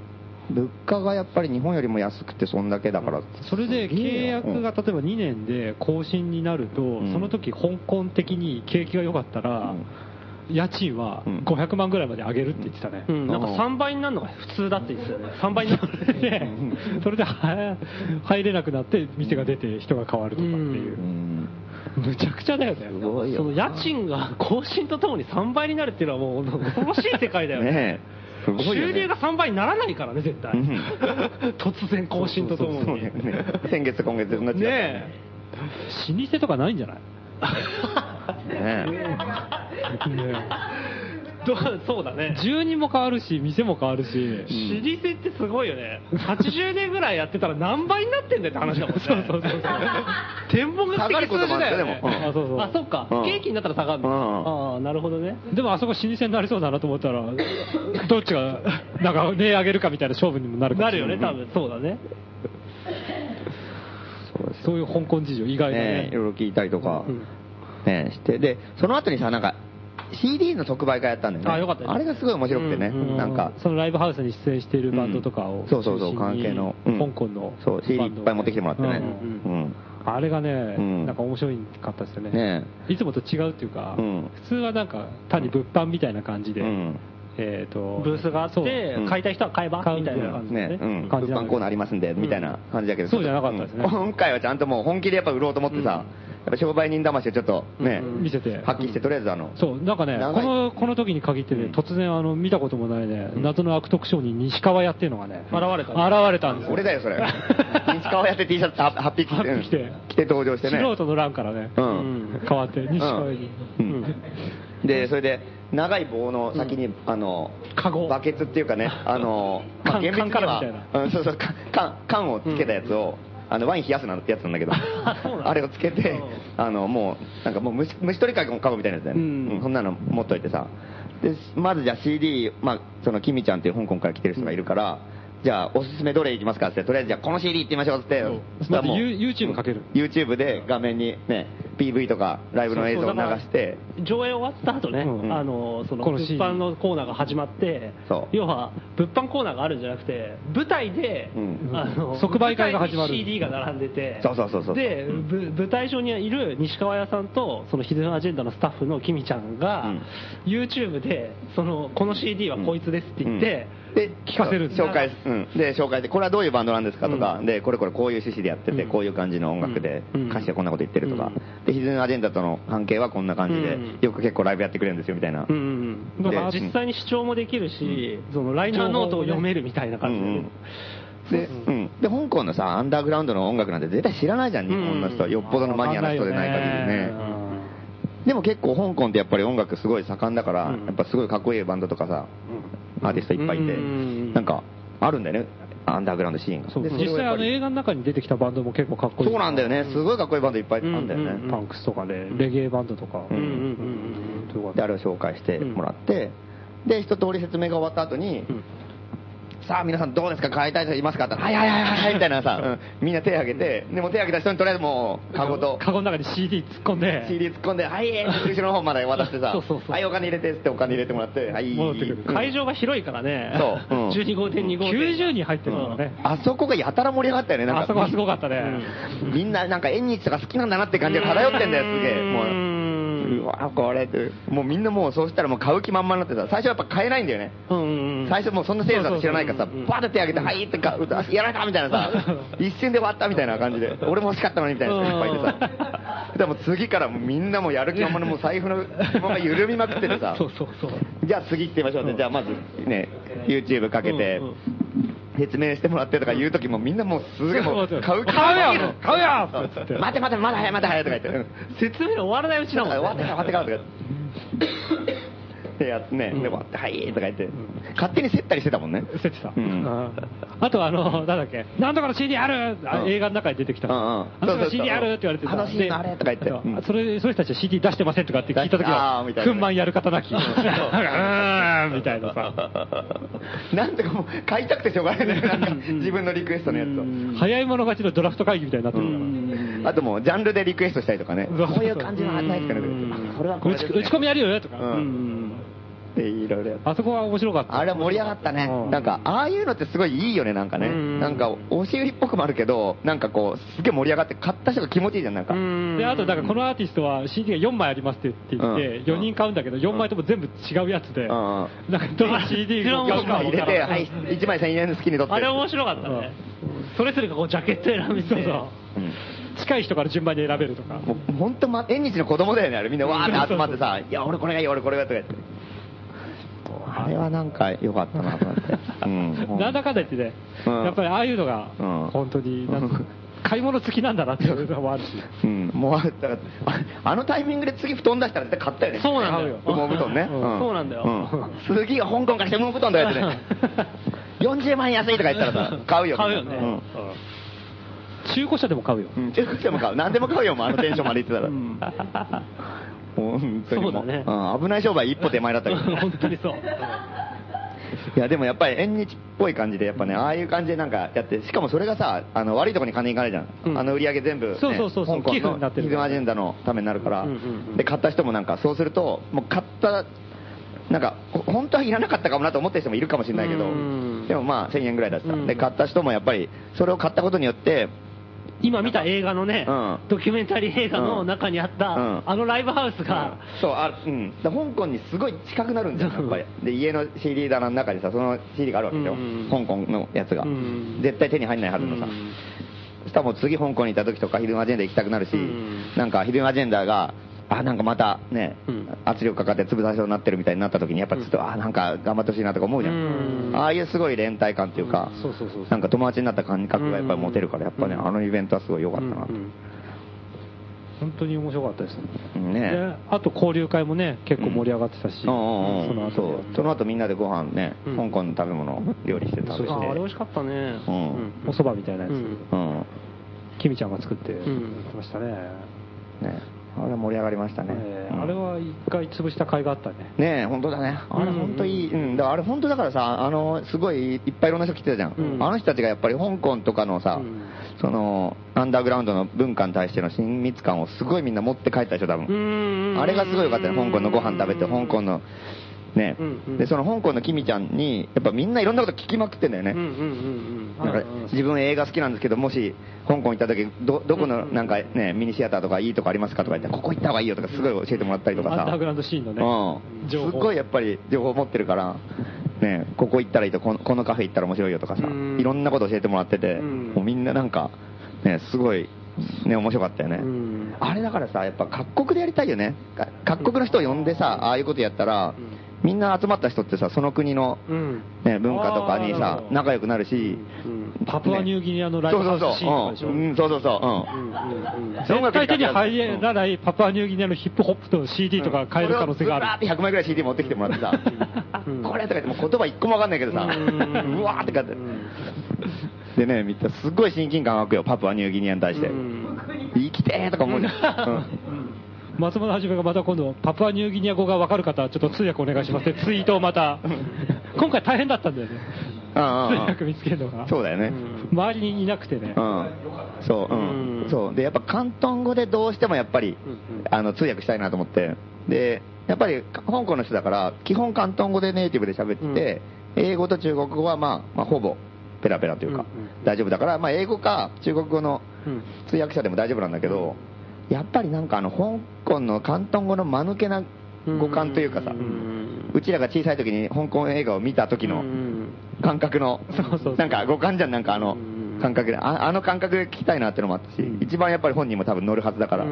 物価がやっぱり日本よりも安くてそんだけだから、 それで契約が例えばにねんで更新になると、うん、その時香港的に景気が良かったら、うん家賃はごひゃくまんぐらいまで上げるって言ってたね、 うん、なんかさんばいになるのが普通だって言ってたよね。さんばいになるでそれで入れなくなって店が出て人が変わるとかっていう、うん、むちゃくちゃだよね。 その家賃が更新とともにさんばいになるっていうのはもう恐ろしい世界だよね。ねすごいよね、収入がさんばいにならないからね絶対、うん、突然更新とともに。そうそうそう、ね、 先月今月になっちゃうねえ老舗とかないんじゃないねねどそうだね。 住人も変わるし店も変わるし、 老舗ってすごいよね。はちじゅうねんぐらいやってたら何倍になってんだよって話だもんね。そうそうそうそう天文学的数字だよね。あそうそうあそっか、うん、景気になったら下がるの、うん、ああなるほどね。 でもあそこ老舗になりそうだなと思ったらどっちがなんか値上げるかみたいな勝負にもなるかもしれない。 なるよね多分。そうだね。 そういう香港事情意外だね。 ねいろいろ聞いたりとか、うんね、してでその後にさなんかシーディー の特売会やったんだよね。 あ、よかったです。 あれがすごい面白くてね、うんうん、なんかそのライブハウスに出演しているバンドとかを、 うん、そうそうそう関係の、 うん、香港のそう シーディー いっぱい持ってきてもらってね、うんうんうん、あれがね、うん、なんか面白いかったですよね。ねいつもと違うっていうか、うん、普通はなんか単に物販みたいな感じで。うんえー、とブースがあって、うん、買いたい人は買えばみたいな感じで、ねうん、物販コーナーありますんでみたいな感じだけど、 そうじゃなかったですね。 今回はちゃんともう本気でやっぱ売ろうと思ってさ、うん、やっぱ商売人魂をちょっとね、 うん、見せて発揮してとりあえずあのそうなんかねこのこの時に限ってね、うん、突然あの見たこともないね、うん、謎の悪徳商人西川屋っていうのがね現れた現れたんですよ。 俺だよそれ西川屋って T シャツはっぴき着て着て着て登場してね素人の欄からね、うん、変わって西川屋に、うんうんでそれで長い棒の先に、うん、あのカゴバケツっていうかねあの、まあ、厳密にはうん、そうそう缶缶をつけたやつを、うん、あのワイン冷やすなってやつなんだけどあれをつけてあのもうなんかもう虫虫取りかごみたいなやつだよね、うんうん、そんなの持っといてさでまずじゃあ シーディー、まあ、そのキミちゃんっていう香港から来てる人がいるから、うん、じゃあおすすめどれいきますかってとりあえずじゃあこの シーディー いってみましょうってまず YouTube かける YouTube で画面にね ピーブイ とかライブの映像を流して上映終わった後ね、うんうん、あのその物販のコーナーが始まって要は物販コーナーがあるんじゃなくて舞台で、うん、あの即売会が始まるシーディー が並んでてそうそうそうそうで、うん、舞台上にいる西川屋さんとそのヒデンアジェンダのスタッフのキミちゃんが、うん、YouTube でそのこの シーディー はこいつですって言って、 うんで聞かせる紹介、うん、で紹介でこれはどういうバンドなんですかとか、うん、でこれこれこういう趣旨でやってて、うん、こういう感じの音楽で、うん、歌詞でこんなこと言ってるとか、うん、でヒデンアジェンダとの関係はこんな感じで、うん、よく結構ライブやってくれるんですよみたいな、うんうん、だから実際に主張もできるし、うん、そのライナーノートを読めるみたいな感じで、うんで, うん、で香港のさアンダーグラウンドの音楽なんて絶対知らないじゃん日本の人はよっぽどのマニアな人でない限りね、でも結構香港ってやっぱり音楽すごい盛んだから、うん、やっぱすごいかっこいいバンドとかさ、うん、アーティストいっぱいいて、うん、なんかあるんだよねアンダーグラウンドシーンが。 そう実際あの映画の中に出てきたバンドも結構かっこいい。 そうなんだよねすごいかっこいいバンドいっぱいあるんだよね、 うんうん、パンクスとかでレゲエバンドとか、うんうんうん、であれを紹介してもらって、うん、で一通り説明が終わった後に、うんさあ皆さんどうですか買いたい人いますかってはいはいはいはいみたいなさ、うん、みんな手を挙げてでも手を挙げた人にとりあえずもうカゴとカゴの中に シーディー 突っ込んでシーディー 突っ込んではい後ろの方まで渡してさそうそうそうはいお金入れてってお金入れてもらってはい戻ってくる、うん、会場が広いからねそう、うん、 じゅうにごうてんにごうてんきゅうじゅうにん入ってるからね、 うん、あそこがやたら盛り上がったよねなんかあそこはすごかったね、 うん、みんななんか縁日とか好きなんだなって感じが漂ってんだよすげえもううわこれってもうみんなもうそうしたらもう買う気満々になってさ最初やっぱ買えないんだよね、うんうんうん、最初もうそんなセールだって知らないからさバーッて手挙げてはいって買うとやられたみたいなさ一瞬で終わったみたいな感じで俺も欲しかったのにみたいな人いっぱいいてさでも次からもうみんなもやる気満々のもう財布の紐が緩みまくっててさそうそうそうじゃあ次行ってみましょうって、うん、じゃあまずね YouTube かけて、うんうん説明してもらってとか言う時もみんなもうすげえもう買う買うよ買うよ待て待てまだ早いまだ早いとか言って説明終わらないうちだもん終わってから終わってからとかってやってね、で終わってはいとか言って勝手に競ったりしてたもんね競ってた、うん、あとあのなんだっけなんとかの シーディー ある、うん、映画の中に出てきた、うんうん、あのとかの シーディー あるって言われてたあの シーディー あれとか言って、うん、 それその人たちは シーディー 出してませんとかって聞いた時は憤懣やる方なきうーんみたいなさなんとかもう買いたくてしょうがないねなんか自分のリクエストのやつを早い者勝ちのドラフト会議みたいになってるから、うんあともうジャンルでリクエストしたりとかねこういう感じのないですかねそれはこれ打ち込みやるよとか、うんでいろいろあそこは面白かった。 あれは盛り上がったね。なんかああいうのってすごいいいよね、なんかね。なんか押し売りっぽくもあるけど、なんかこうすげえ盛り上がって買った人が気持ちいいじゃん、なんか。 であとだからこのアーティストは シーディー がよんまいありますって言ってよにん買うんだけどよんまいとも全部違うやつで、なんかどの シーディー を買うか入れて、はいいちまいせんえん好きに取って。 あれ面白かったね。それぞれがこうジャケット選びて。 近い人から順番に選べるとか。 もう本当ま縁日の子供だよね、あれみんなわーって集まってさ、いや俺これがいい俺これがとか言って。あれはなんか良かったなと思って。 なんだかんだ言ってね、やっぱりああいうのが本当に買い物好きなんだなっていうのもあるし。 うん、もうだからあのタイミングで次布団出したら絶対買ったよね。 そうなんだよ。 羽毛布団ね。 そうなんだよ。 次が香港からして羽毛布団だよってね。よんじゅうまん安いとか言ったらさ買うよ。 買うよね。 中古車でも買うよ。 中古車も買う。何でも買うよ、もうあのテンションまで言ってたら。もう本当にもう。 そうだね。 危ない商売一歩手前だったけど。 本当にそう。 いやでもやっぱり縁日っぽい感じでやっぱねああいう感じでなんかやって、しかもそれがさあの悪いところに金いかないじゃん、うん、あの売り上げ全部、ね、 そうそうそうそう香港の寄付になってるヒズムアジェンダのためになるから、うんうんうん、で買った人もなんかそうするともう買ったなんか本当はいらなかったかもなと思ってる人もいるかもしれないけど、でもまあせんえんぐらいだった、うん、で買った人もやっぱりそれを買ったことによって今見た映画のね、うん、ドキュメンタリー映画の中にあった、うん、あのライブハウスが、 うん、そうあ、うん、香港にすごい近くなるんですよやっぱり。で家の シーディー 棚の中にさその シーディー があるわけですよ、うん、香港のやつが、うん、絶対手に入んないはずのさ、うん、そしたらもう次香港にいた時とかヒドゥンアジェンダ行きたくなるし、うん、なんかヒドゥンアジェンダがあなんかまたね、うん、圧力かかって潰されそうになってるみたいになった時にやっぱちょっと、うん、あなんか頑張ってほしいなとか思うじゃん、うん、ああいうすごい連帯感っていうか、うん、そうそうそうそうなんか友達になった感覚がやっぱり持てるからやっぱね、うん、あのイベントはすごい良かったなと、うんうん、 本当に面白かったですね。 であと交流会もね結構盛り上がってたし、うん、その後そうその後みんなでご飯ね、うん、香港の食べ物料理して食べて、 ああれ美味しかったね、 うんお蕎麦みたいなやつ、うんうん、キミちゃんが作ってきましたね、 ねあれは盛り上がりましたね、 えーうん、あれは一回潰した甲斐があったね。 ねえ本当だね。あれ本当いい、うん、だからあれ本当だからさあのすごいいっぱいいろんな人来てたじゃん、うん、あの人たちがやっぱり香港とかのさ、うん、そのアンダーグラウンドの文化に対しての親密感をすごいみんな持って帰ったでしょ多分。あれがすごい良かったね。香港のご飯食べて香港のね、うんうん、でその香港のキミちゃんにやっぱみんないろんなこと聞きまくってんだよね。なんか自分映画好きなんですけどもし香港行った時 ど, どこのなんかねミニシアターとかいいとこありますかとか言ってここ行った方がいいよとかすごい教えてもらったりとかさ、 アンダーグラウンドシーンのね、 うん、すごいやっぱり情報持ってるからねここ行ったらいいとこの、このカフェ行ったら面白いよとかさいろんなこと教えてもらっててもうみんななんかねすごいね面白かったよね。あれだからさやっぱ各国でやりたいよね。各国の人を呼んでさああいうことやったらみんな集まった人ってさその国の、ね、文化とかにさ仲良くなるし、 パプアニューギニアのライブハウスシーンとかでしょ。 そうそうそう絶対手に入らないパプアニューギニアのヒップホップと シーディー とか買える可能性がある。 それをずらーってひゃくまいぐらい シーディー 持ってきてもらってさこれとか言っても言葉一個も分かんないけどさうわーって買ってでねみんなすごい親近感湧くよパプアニューギニアに対して生きてーとか思うじゃん松本はじめがまた今度パプアニューギニア語が分かる方はちょっと通訳お願いしますってツイートをまた今回大変だったんだよね通訳見つけるのが。 そうだよね、 うん、周りにいなくてね、 うん、そう、うん、そうでやっぱ広東語でどうしてもやっぱり、うんうん、あの通訳したいなと思ってでやっぱり香港の人だから基本広東語でネイティブで喋ってて、うん、英語と中国語は、まあ、まあほぼペラペラというか、うんうん、大丈夫だから、まあ、英語か中国語の通訳者でも大丈夫なんだけど、うん、やっぱりなんかあの香港の広東語の間抜けな語感というかさ、うん、うちらが小さい時に香港映画を見た時の感覚の、うん、なんか語感じゃんなんかあの感覚で あ, あの感覚で聞きたいなってのもあったし、うん、一番やっぱり本人も多分乗るはずだから、うん、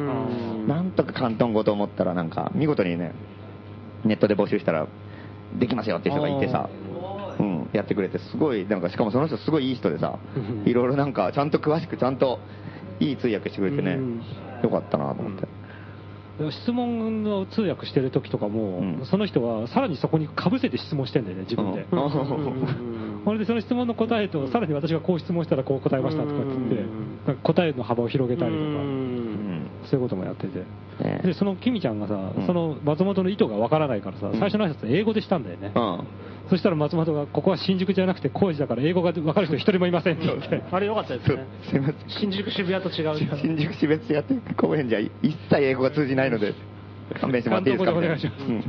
なんとか広東語と思ったらなんか見事にねネットで募集したらできますよっていう人がいてさ、うん、やってくれてすごいなんかしかもその人すごいいい人でさいろいろなんかちゃんと詳しくちゃんといい通訳してくれてね、うん、よかったなと思って、 うん、質問の通訳してる時とかも、うん、その人はさらにそこにかぶせて質問してんだよね自分で、それでその質問の答えとさらに私がこう質問したらこう答えましたとかって言ってなんか答えの幅を広げたりとかそういうこともやってて、でそのキミちゃんがさ、うん、その松本の意図がわからないからさ最初の挨拶英語でしたんだよね、うん、そしたら松本がここは新宿じゃなくて高円寺だから英語が分かる人一人もいませんって言ってあれよかったですね。すいません新宿渋谷と違う新宿渋谷と違って高円寺は一切英語が通じないので勘弁してもらっていいですか。 お願いします、うん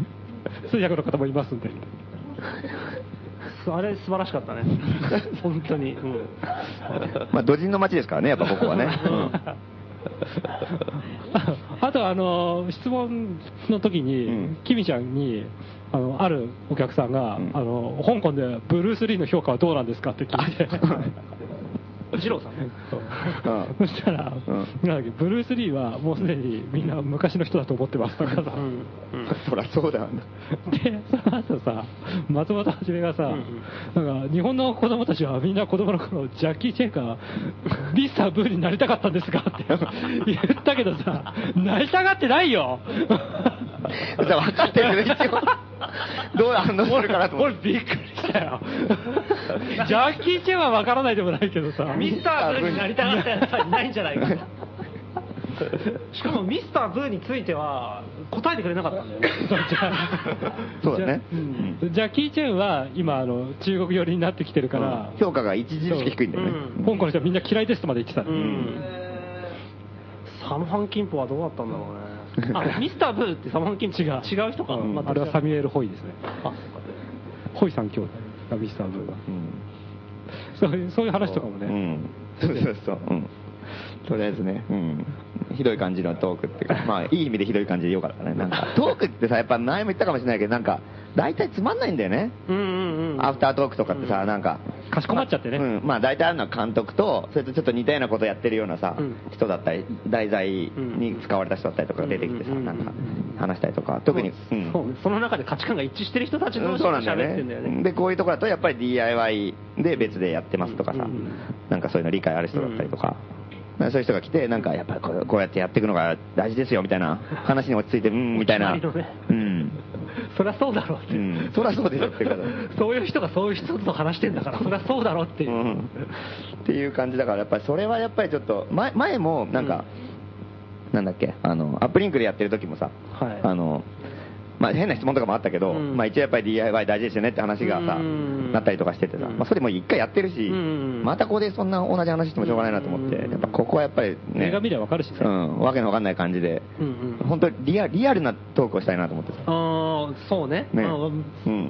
通訳の方もいますんで。 あれ素晴らしかったね。本当に。うん、 まあ土人の街ですからね、やっぱここはね。うん、 あとあの質問の時に、うん、キミちゃんにあのあるお客さんが、うん、あの香港でブルース・リーの評価はどうなんですかって聞いて。 二郎さんね。 そしたら、うん、なんだっけ、ブルース・リーはもうすでにみんな昔の人だと思ってますとかさ、うんうん、そりゃそうだよね。 で、その後さ、松本はじめがさ、うん、なんか日本の子供たちはみんな子供の頃、ジャッキー・チェンかミスター・ブーになりたかったんですかって言ったけどさ、なりたがってないよ。 分かってるね、一応。どう反応するかなと思って。 俺びっくりしたよ。ジャッキー・チェンは分からないでもないけどさ、 ミスター・ブーになりたかったやつはいないんじゃないか。しかもミスター・ブーについては答えてくれなかったんだよね。 そうだね。 うん、ジャッキー・チェンは今あの中国寄りになってきてるから、 うん、評価が著しく低いんだよね。 うん、香港の人はみんな嫌いですとまで言ってた。うん、 サム・ハン・キンポはどうだったんだろうね。あ、ミスター・ブーってサム・ハン・キンポ違う違う人か、うん、 まあ、あれはサミュエル・ホイですね。あ、ホイさん兄弟がミスター・ブーが、うん、そういうそういう話とかもね。 うん、そうそうそう。うん、とりあえずね、うん、ひどい感じのトークっていうか、まあいい意味でひどい感じでよかったね。なんかトークってさ、やっぱ前も言ったかもしれないけど、なんか大体つまんないんだよね。うんうんうん。アフタートークとかってさ、うん、なんかかしこまっちゃってね。 まあ、うん、まあ大体あるのは監督と、それとちょっと似たようなことやってるようなさ、うん、人だったり、題材に使われた人だったりとか出てきてさ、なんか話したりとか、特に、 うん、そうその中で価値観が一致してる人たちの人が喋ってんだよね。 でこういうところだとやっぱり ディーアイワイ で別でやってますとかさ、なんかそういうの理解ある人だったりとか。そういう人が来て、なんかやっぱりこうこうやってやっていくのが大事ですよみたいな話に落ち着いて、うんみたいな、うん、 そりゃそうだろうって、うん、 そりゃそうでしょっていうか、 そういう人がそういう人と話してんだから、そりゃそうだろうっていう、うん、 っていう感じだから、やっぱりそれはやっぱりちょっと前、前もなんか、うん、なんだっけ、あのアップリンクでやってる時もさ、はい、あのまあ、変な質問とかもあったけど、うん、まあ、一応やっぱり ディーアイワイ 大事ですよねって話がさ、なったりとかしててさ、まあ、それも一回やってるし、またここでそんな同じ話してもしょうがないなと思って、やっぱここはやっぱりね、 映画見ればわかるしね、 うん、わけのわかんない感じで、本当にリアリアルなトークをしたいなと思ってさ。 ああ、そうね。ね、うん、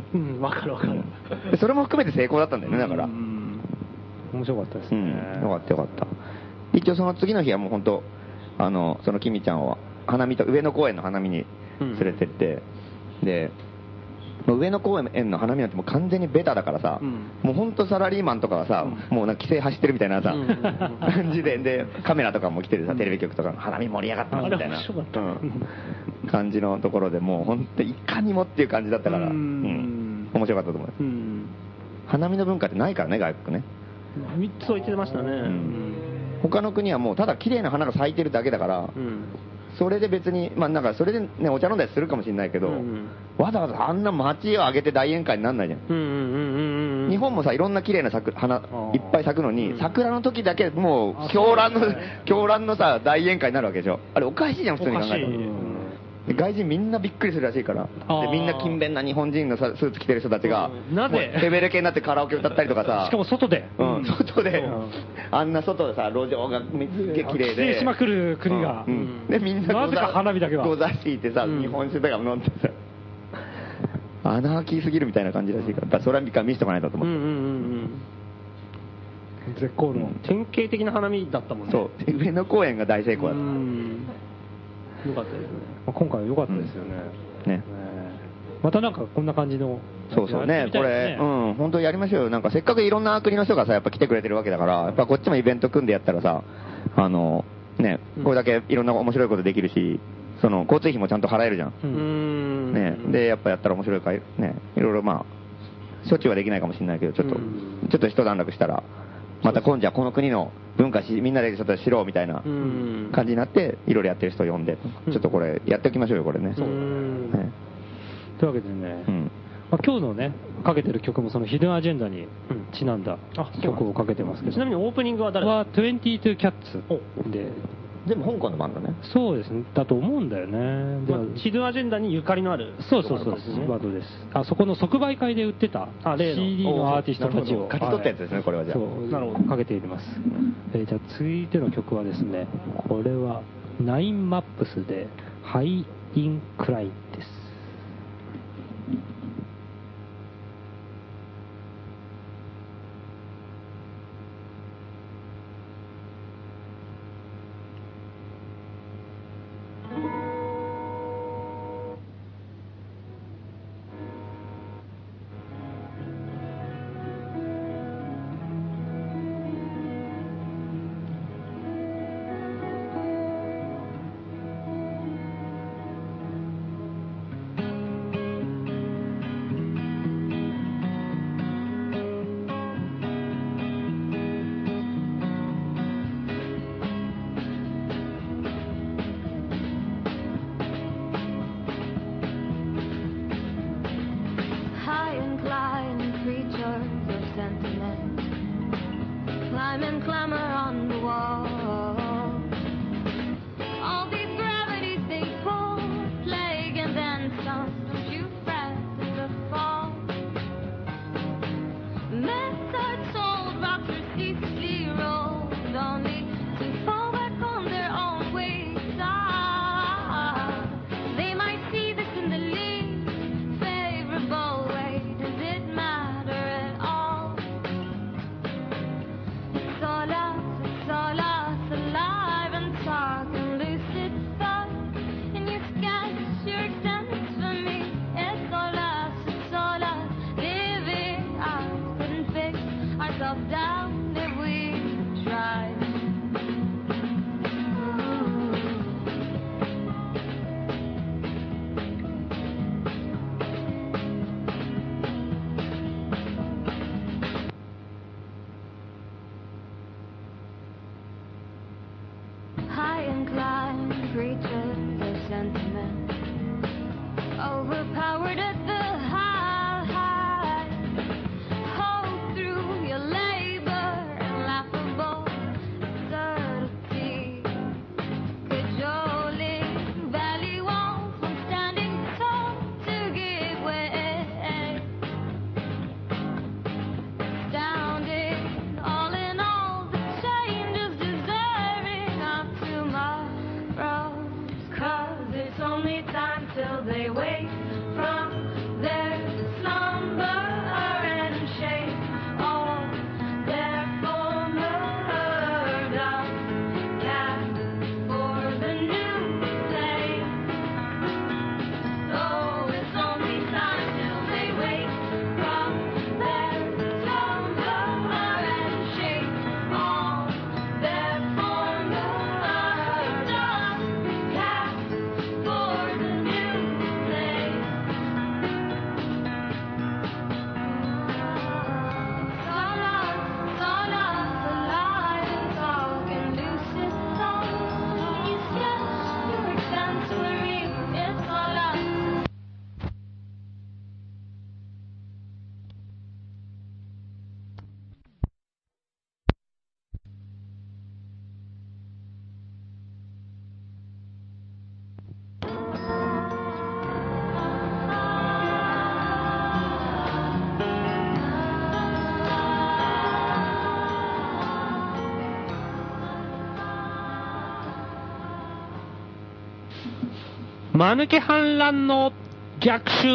うん、わかるわかる。 それも含めて成功だったんだよね、だから。 面白かったですね。 うん、よかったよかった。一応その次の日はもう本当、あの、そのキミちゃんを花見と、上野公園の花見に連れてって、うん、で、上野公園の花見なんてもう完全にベタだからさ、うん、もう本当サラリーマンとかはさ、うん、もうなんか規制走ってるみたいなさ、うん、感じで、で、カメラとかも来てるさ、テレビ局とかの花見盛り上がってますみたいな、うん、感じのところでもう本当いかにもっていう感じだったから、うん、面白かったと思います。花見の文化ってないからね、外国ね。 みっつ置いてましたね。 他の国はもうただ綺麗な花が咲いてるだけだから、それで別に、まあなんかそれでね、お茶飲んだりするかもしれないけど、うんうん、わざわざあんな街を挙げて大宴会にならないじゃん。うんうんうんうん、日本もさ、いろんな綺麗な桜花いっぱい咲くのに、うん、桜の時だけもう狂乱の、狂乱のさ、大宴会になるわけでしょ。あれおかしいじゃん、普通に考えたら。外人みんなびっくりするらしいから、でみんな勤勉な日本人のさスーツ着てる人たちが、 うん、なぜレベル系になってカラオケ歌ったりとかさ、 しかも外で、 うん、外で、うん、あんな外でさ、路上がめっちゃ綺麗で、 規制しまくる国が、 うんうん、でみんななぜか花火だけはゴザ敷いてさ、うん、日本酒とかも飲んでさ、アナーキーすぎるみたいな感じらしいから、だからそれは見せとかないとと思って、うんうんうんうん、絶好の、 典型的な花見だったもんね。 そう、上野公園が大成功だった。 よかったですね。 今回は良かったですよね。 うん、ね。 またなんかこんな感じの。 そうそうね、これ、うん、本当やりましょうよ。なんかせっかくいろんな国の人がさ、やっぱ来てくれてるわけだから、やっぱこっちもイベント組んでやったらさ、あの、ね、これだけいろんな面白いことできるし、その、交通費もちゃんと払えるじゃん。うん。ね、で、やっぱやったら面白いから、ね、いろいろまあ、処置はできないかもしれないけど、ちょっと、ちょっと一段落したら、また今じゃこの国の文化しみんなでちょっと知ろうみたいな感じになっていろいろやってる人を呼んでちょっとこれやっておきましょうよこれね。そうね。 というわけでね、うんまあ、今日のねかけてる曲もそのヒデンアジェンダにちなんだ曲をかけてますけど、 ちなみにオープニングは誰はにじゅうにキャッツで。 全部香港のバンドね。 そうですね。だと思うんだよね。 でもヒドゥンアジェンダにゆかりのある。 そうそうそう。バンドです。あそこの即売会で売ってた シーディー のアーティストたちを書き取ったやつですね。これはじゃあ。 そうなるほどかけています。えー、じゃあ続いての曲はですね。これはナインマップスでハイインクラインです。 clamor on the wall. All these gravities they pull, plague and then some. Don't you fret in the fall. Myths are told, rocks are ceaselessly rolled, only to fall back on their own ways. Ah, they might see this in the least favorable way. Does it matter at all? It's all us, it's all us, alive and talking lucid thought. And you sketch your extents for me. It's all us, it's all us, living out. Couldn't fix ourselves down if we tried. High inclined creatures of sentiment, overpowered at the high, high. Hold through your labor and laughable absurdity, cajoling valley walls when standing tall to give way. Astounding, all in all, the change is deserving of tomorrow's cause. It's only time till they wake from their slumber and shake all their former doubts, cast for the new day. Oh, it's only time till they wake from their slumber and shake all their former doubts, cast for the new day. Solas, solas, alive and talking lucid thought. You sketch your extents for me. It's all us. 間抜け反乱の逆襲。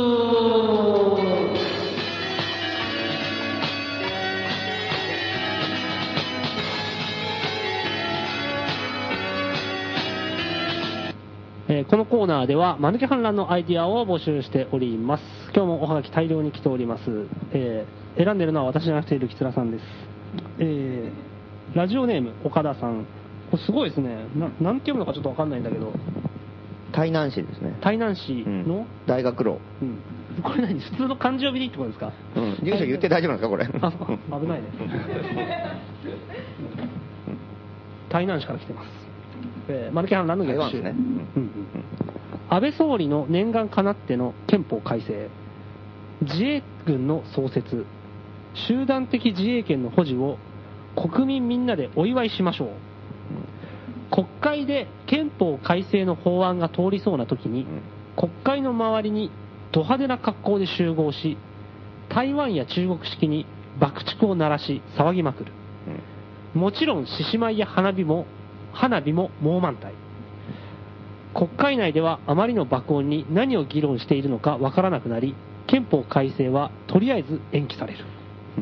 えーこのコーナーでは間抜け反乱のアイディアを募集しております。今日もおはがき大量に来ております。えー選んでるのは私じゃなくてルキツラさんです。えーラジオネーム岡田さん。これすごいですね。ななんて読むのかちょっとわかんないんだけど。 台南市ですね。 台南市の、 うん大学路。 うん、これ何普通の漢字呼びでいいってことですか？ うん。住所言って大丈夫なんですか、これ。 あ、そう危ないね。台南市から来てます。えー、マルケ反乱の逆襲。 台湾ですね。 うんうん安倍総理の念願かなっての憲法改正、自衛軍の創設、集団的自衛権の保持を国民みんなでお祝いしましょう。国会で憲法改正の法案が通りそうな時に、国会の周りにド派手な格好で集合し、台湾や中国式に爆竹を鳴らし騒ぎまくる。もちろん獅子舞や花火も花火も猛満体。国会内ではあまりの爆音に何を議論しているのかわからなくなり、憲法改正はとりあえず延期される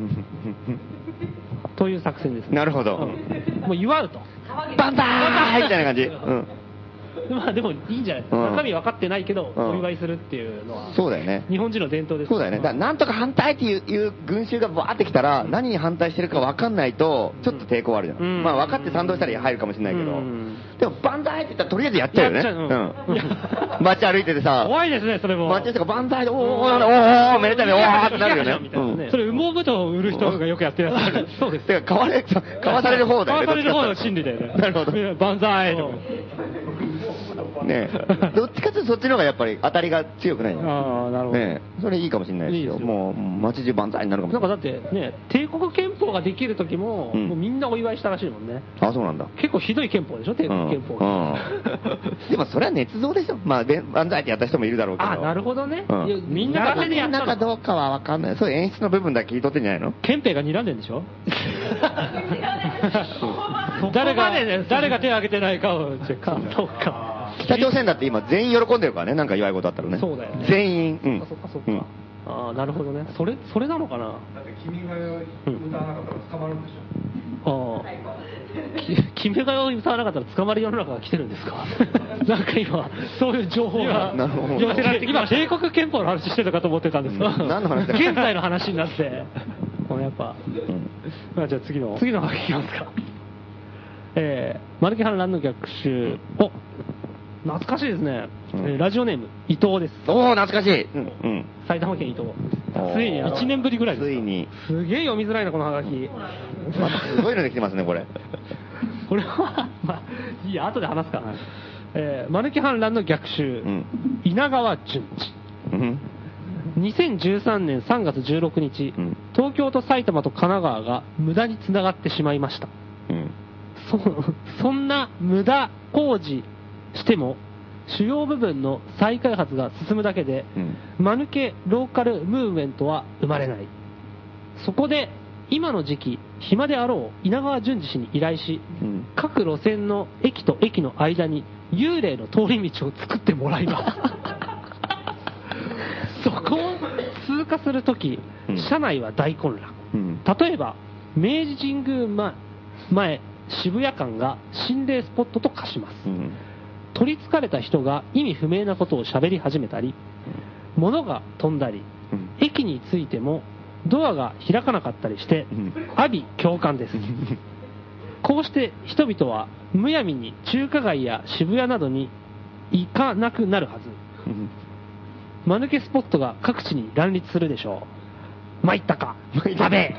という作戦です、ね、 なるほど、 うん、もう祝うとバンバーイみたいな感じ、うんまあでもいいんじゃないですか、うん、中身分かってないけど、うん、お祝いするっていうのはそうだよね、 日本人の伝統です。 そうだよね。だからなんとか反対っていういう群衆がバーってきたら、うん、何に反対してるか分かんないとちょっと抵抗あるじゃん、うん、まあ分かって賛同したら入るかもしれないけど、うん、でもバンザイって言ったらとりあえずやっちゃうよね。うん、街歩いててさ、 怖いですねそれも。 街の人がバンザイでおーおーおーめでたいねおーってなるよね。 うん、それ羽毛布団を売る人がよくやってるやつ。そうです。 てか買われ買わされる方だよね。 買わされる方の心理だよね。 なるほど。 バンザイとか。 ねどっちかというとそっちの方がやっぱり当たりが強くないの。 ああ、なるほど。 ねそれいいかもしれないですよ。 いいですよもう、街中万歳になるかもしれない。 なんかだってね、帝国憲法ができる時も、 うんもうみんなお祝いしたらしいもんね。 あ、そうなんだ。 結構ひどい憲法でしょ、帝国憲法。 うんうんでもそれは捏造でしょ。まあ、で万歳ってやった人もいるだろうけど。 あ、なるほどね。 うんいやみんなが手でやったみんなかの。 どうかは分かんない。そういう演出の部分だけ聞いとってんじゃないの？ 憲兵が睨んでんでしょそこ誰がまでね、 誰が手を挙げてないかをチェックする。 そうか。 北朝鮮だって今全員喜んでるからね。なんか祝い事あったらね。 そうだよね全員。うん。 そっかそっか。 うんああ、なるほどね。それ、それなのかな。 だって君が歌わなかったら捕まるんでしょ。 ああ。き君が代を歌わなかったら捕まる世の中が来てるんですか。なんか今、そういう情報がなるほど寄せられてきま今、 した。 帝国憲法の話してるかと思ってたんですけど。 何の話だ現在の話になって、このやっぱ、 まあじゃあ次の。 次の話いきますか。えー、マルケ反乱の逆襲。お、懐かしいですね。 うんえーラジオネーム、伊藤です。 おお、懐かしい。うん。うん。 埼玉県伊藤。 おーついにあの、 いちねんぶりぐらいですか。 ついに。 すげえ読みづらいな、このハガキ。 またすごいので来てますね、これ。 これは、まあ、いいや、後で話すか。えー、マルケ反乱の逆襲。 うん。 稲川淳二。 うん。 にせんじゅうさんねんさんがつじゅうろくにち、 うん東京と埼玉と神奈川が無駄につながってしまいました。 うん。 そそんな無駄工事しても主要部分の再開発が進むだけで、 うん間抜けローカルムーブメントは生まれない。そこで今の時期暇であろう稲川淳二氏に依頼し、 うん各路線の駅と駅の間に幽霊の通り道を作ってもらいますそこを通過するとき、 うん車内は大混乱。 うん。 例えば明治神宮前前渋谷間が心霊スポットと化します。 うん。 取りつかれた人が意味不明なことを喋り始めたり、物が飛んだり、 うん駅についてもドアが開かなかったりしてうん、 阿鼻共感です。こうして人々はむやみに中華街や渋谷などに行かなくなるはず。 うん間抜けスポットが各地に乱立するでしょう。参ったか、 参った食べ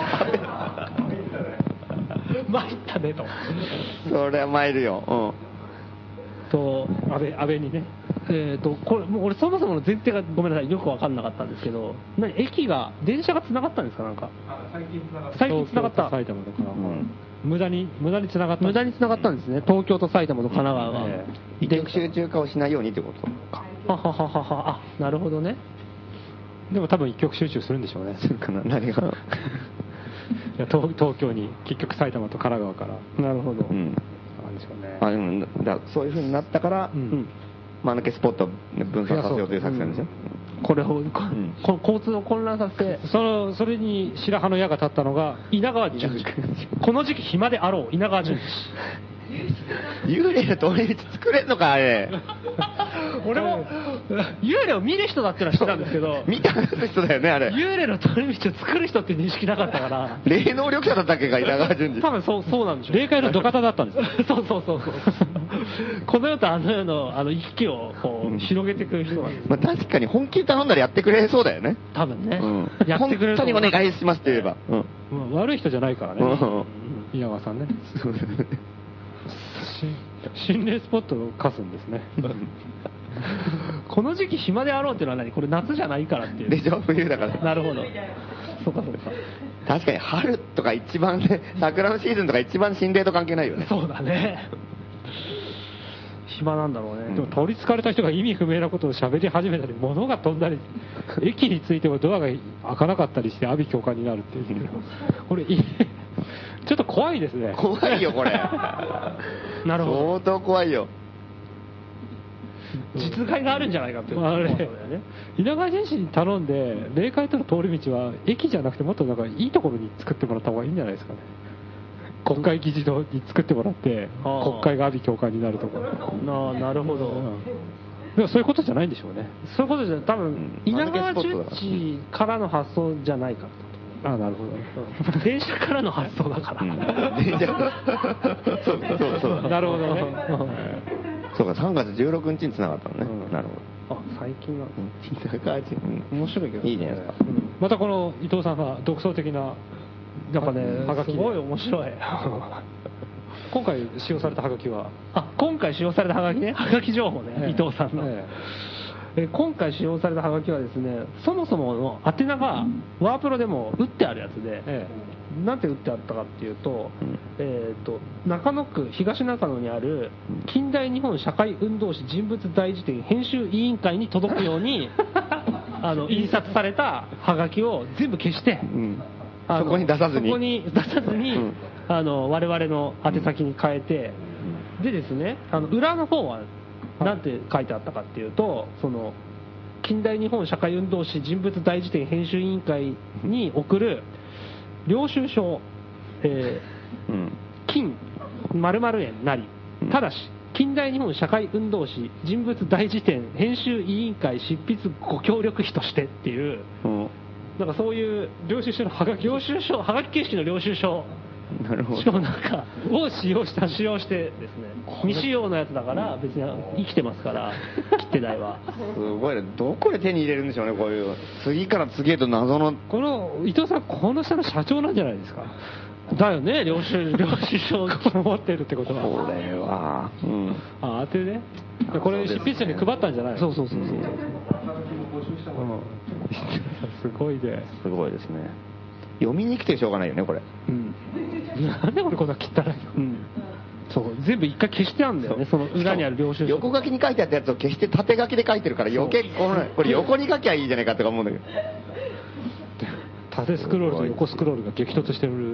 参ったねと。 それは参るよ。 と、 安倍、安倍にね。 えー、とこれもう俺そもそもの前提がごめんなさいよく分かんなかったんですけど、何駅が電車がつながったんですか、なんか最近つながって最近つながった埼玉とか、 ん無駄に、無駄に繋がった。 無駄につながったんですね、東京と埼玉と神奈川が、 え一極集中化をしないようにってことか。 はははははあ、なるほどね。 でも多分一極集中するんでしょうね。 するかな何が。 いや東東京に、結局埼玉と神奈川から。 なるほど、 うん。 なんでしょうね。 あ、でも、だそういう風になったから、 うんうん間抜けスポットを分散させようという作戦ですよ。 これを、こんこの交通を混乱させて、 その、それに白羽の矢が立ったのが、 稲川淳二、この時期暇であろう稲川淳幽霊の通り道作れんのか、あれ。 二俺も幽霊を見る人だってのは知ってたんですけど、 見た人だよね、あれ。 幽霊の通り道を作る人って認識なかったから、 霊能力者だったっけが稲川淳二。 多分そうそうなんでしょう。 霊界の土方だったんですよ。 そうそうそうそう。この世とあの世のあの行き来をこう、 うん広げていく人なんです。 まあ確かに本気で頼んだらやってくれそうだよね。 多分ね。 うん。 やってくれると本当にお願いしますって言えば。うん。 まあ悪い人じゃないからね。 うん稲川さんね。し心霊スポットを貸すんですね。 この時期暇であろうっていうのは何これ夏じゃないからっていう。 でしょ冬だから。 なるほど。そうかそうか。 確かに春とか一番ね、桜のシーズンとか一番心霊と関係ないよね。 そうだね。暇なんだろうね。 でも取り憑かれた人が意味不明なことを喋り始めたり、物が飛んだり、駅についてもドアが開かなかったりして阿鼻教官になるっていう。これ、いちょっと怖いですね。 怖いよ、これ。 なるほど。 相当怖いよ。 実害があるんじゃないかっていう。 あれそうだよね。 稲川淳二に頼んで、霊界との通り道は駅じゃなくてもっとなんかいいところに作ってもらった方がいいんじゃないですかね。国会議事堂に作ってもらって、 ああ国会が阿鼻教官になるとか。 ななるほど。 うんでもそういうことじゃないんでしょうね。 そういうことじゃ多分、 うん稲川淳二からの発想じゃないかああ、なるほど。 ら。電車からの発想だから。 うん電車そうそうそう。 なるほどね。 そうか、さんがつじゅうろくにちに繋がったのね。 うんなるほど。 あ、最近は。 稲川淳二面白いけど。 いいじゃないですか。 またこの伊藤さんが独創的な、 なんかね、 はがきすごい面白い。 今回使用されたハガキはあ、今回使用されたハガキね、ハガキ情報ね、ええ、伊藤さんの、ええ、え今回使用されたハガキはですね、そもそもの宛名がワープロでも打ってあるやつで、ええ、なんて打ってあったかっていうと、うん、えー、と中野区東中野にある近代日本社会運動史人物大辞典編集委員会に届くようにあの印刷されたハガキを全部消して、うん、あのそこに出さずにそこに出さずに、うん、あの我々の宛先に変えて、うん、でですね、あの裏の方はなんて書いてあったかっていうと、その近代日本社会運動史人物大辞典編集委員会に送る領収書、えーうん、金〇〇円なり、ただし近代日本社会運動史人物大辞典編集委員会執筆ご協力費としてっていう、うん、なんかそういう領収書のハガキ領収書ハガキ形式の領収書、なるほど、しかもなんかを使用した使用してですね、未使用のやつだから別に生きてますから切手代はすごいね、どこで手に入れるんでしょうね、こういう次から次へと謎の。 この伊藤さん、この下の社長なんじゃないですか。 だよね、領収領収書を持ってるってことは。 これは、うん、 あ当てね、これ執筆者に配ったんじゃないの。 そうそうそうそう、うん、 すごいね、 すごいですね。読みに来てしょうがないよね、これ。うん。 なんで俺こんな汚いの。うん。 そう、全部一回消してあるんだよね、その裏にある領収書。 横書きに書いてあったやつを消して縦書きで書いてるから余計このこれ横に書きゃいいじゃないかとか思うんだけど。 縦スクロールと横スクロールが激突してる、うん、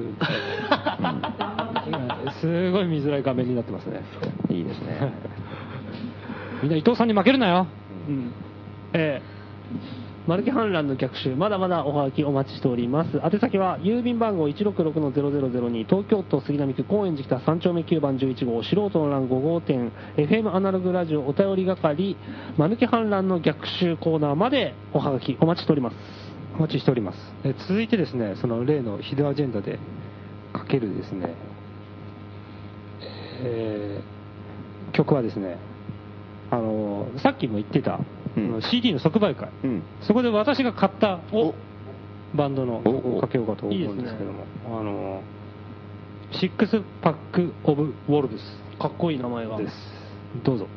すごい見づらい画面になってますね。 いいですね。 みんな伊藤さんに負けるなよ。 うん。えーマルケ反乱の逆襲、まだまだおはがきお待ちしております。宛先は郵便番号 いちろくろくのゼロゼロゼロに 東京都杉並区高円寺北さん丁目きゅうばんじゅういち号素人の欄ご号店 エフエム アナログラジオお便り係マルケ反乱の逆襲コーナーまでおはがきお待ちしております。 お待ちしております。え続いてですね、その例のヒドアジェンダでかけるですね、えー、曲はですね、あのさっきも言ってたうん、シーディー の即売会、うん、そこで私が買ったバンドの曲をかけようかと思うんですけども、いいですね、あのシックスパックオブウォルブス、 かっこいい名前がです。どうぞ。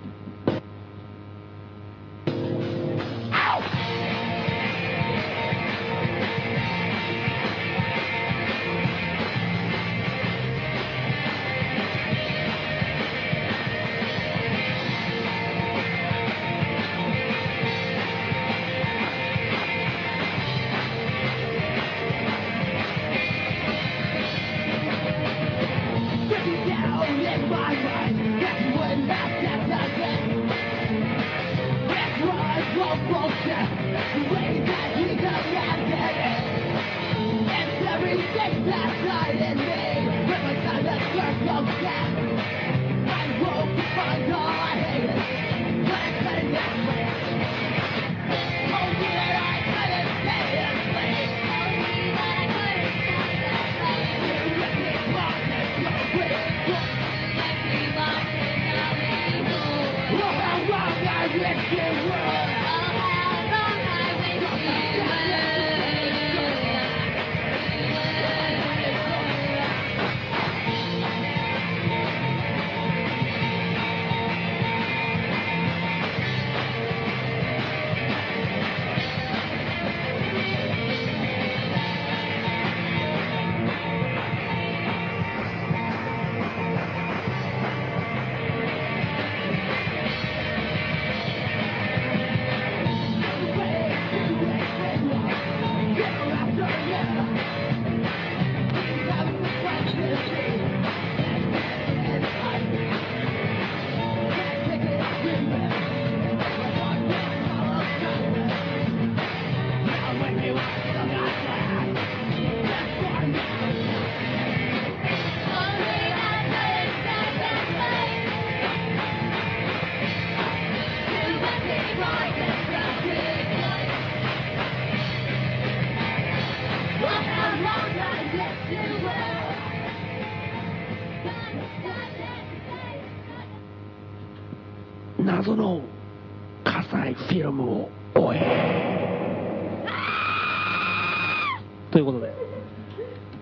謎の火災フィルムを追えということで、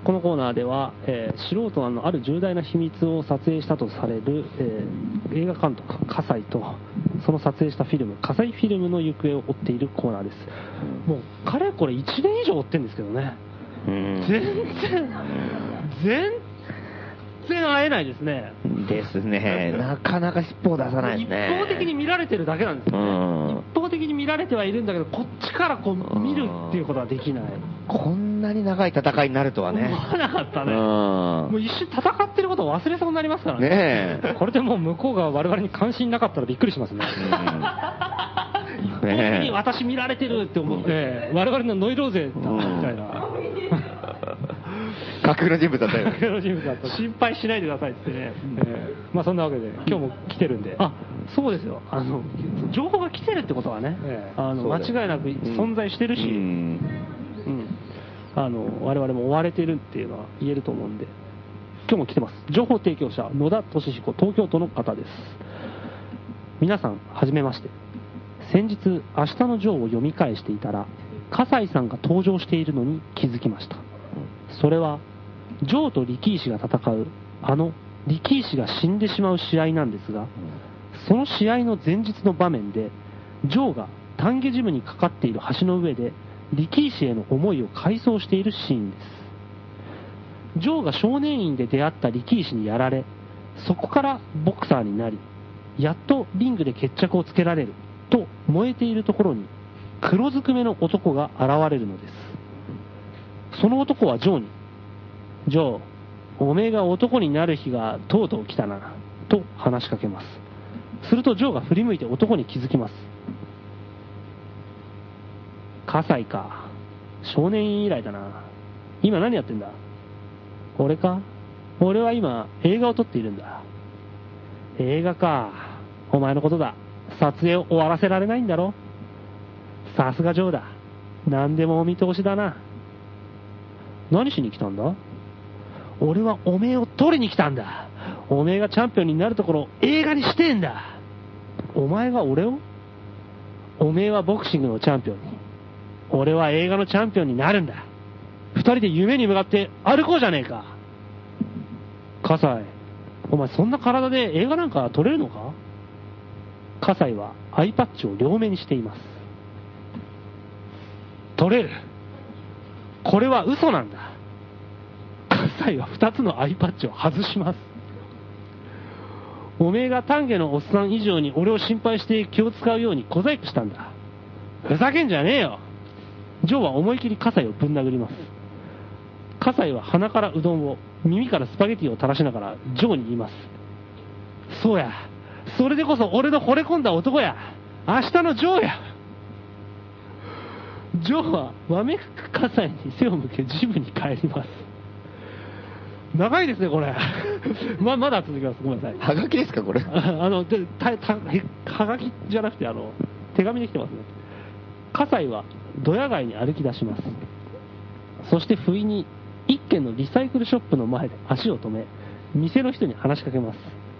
このコーナーでは、えー素人のある重大な秘密を撮影したとされる、えー映画監督葛西とその撮影したフィルム葛西フィルムの行方を追っているコーナーです。もうかれこれいちねん以上追ってるんですけどね、全然全然会えないですね。 ですね。なかなか尻尾を出さないですね。 一方的に見られてるだけなんですよね。一方的に見られてはいるんだけど、こっちからこう見るっていうことはできない。 こんなに長い戦いになるとはね。 思わなかったね。もう一瞬戦ってることを忘れそうになりますからね。 ねえ。 これでもう向こうが我々に関心なかったらびっくりしますね。 一方的に私見られてるって思って、 えー我々のノイローゼだみたいな。 架空の人物だったよ。 架空の人物だった。 心配しないでくださいってね。 えーまあそんなわけで今日も来てるんで。 あ、そうですよ。あの情報が来てるってことはね、 ええあの間違いなく存在してるし、 ううんんあの我々も追われてるっていうのは言えると思うんで、今日も来てます。情報提供者野田俊彦、東京都の方です。皆さんはじめまして。先日明日のジョーを読み返していたら葛西さんが登場しているのに気づきました。それはジョーと力石が戦うあの力石が死んでしまう試合なんですが、その試合の前日の場面でジョーが丹下ジムにかかっている橋の上で力石への思いを回想しているシーンです。ジョーが少年院で出会った力石にやられ、そこからボクサーになり、やっとリングで決着をつけられると燃えているところに黒ずくめの男が現れるのです。その男はジョーに、ジョー、おめえが男になる日がとうとう来たな、と話しかけます。するとジョーが振り向いて男に気づきます。葛西か。少年院以来だな。今何やってんだ？俺か？俺は今映画を撮っているんだ。映画か。お前のことだ。撮影を終わらせられないんだろ。さすがジョーだ。何でもお見通しだな。何しに来たんだ？俺はおめえを取りに来たんだ。おめえがチャンピオンになるところを映画にしてえんだ。お前が俺を？おめえはボクシングのチャンピオンに、俺は映画のチャンピオンになるんだ。二人で夢に向かって歩こうじゃねえか。葛西、お前そんな体で映画なんか撮れるのか？葛西はアイパッチを両目にしています。撮れる。これは嘘なんだ。葛西は二つのアイパッチを外します。おめえが丹下のおっさん以上に俺を心配して気を使うように小細工したんだ。ふざけんじゃねえよ。ジョーは思い切り葛西をぶん殴ります。葛西は鼻からうどんを、耳からスパゲティを垂らしながらジョーに言います。そうや、それでこそ俺の惚れ込んだ男や。明日のジョーや。ジョーはわめく葛西に背を向けジムに帰ります。長いですねこれ。ままだ続きます。ごめんなさい。 はがきですかこれ？ あのでたたはがきじゃなくてあの手紙で来てますね。葛西はドヤ街に歩き出します。そして不意に一軒のリサイクルショップの前で足を止め、店の人に話しかけます。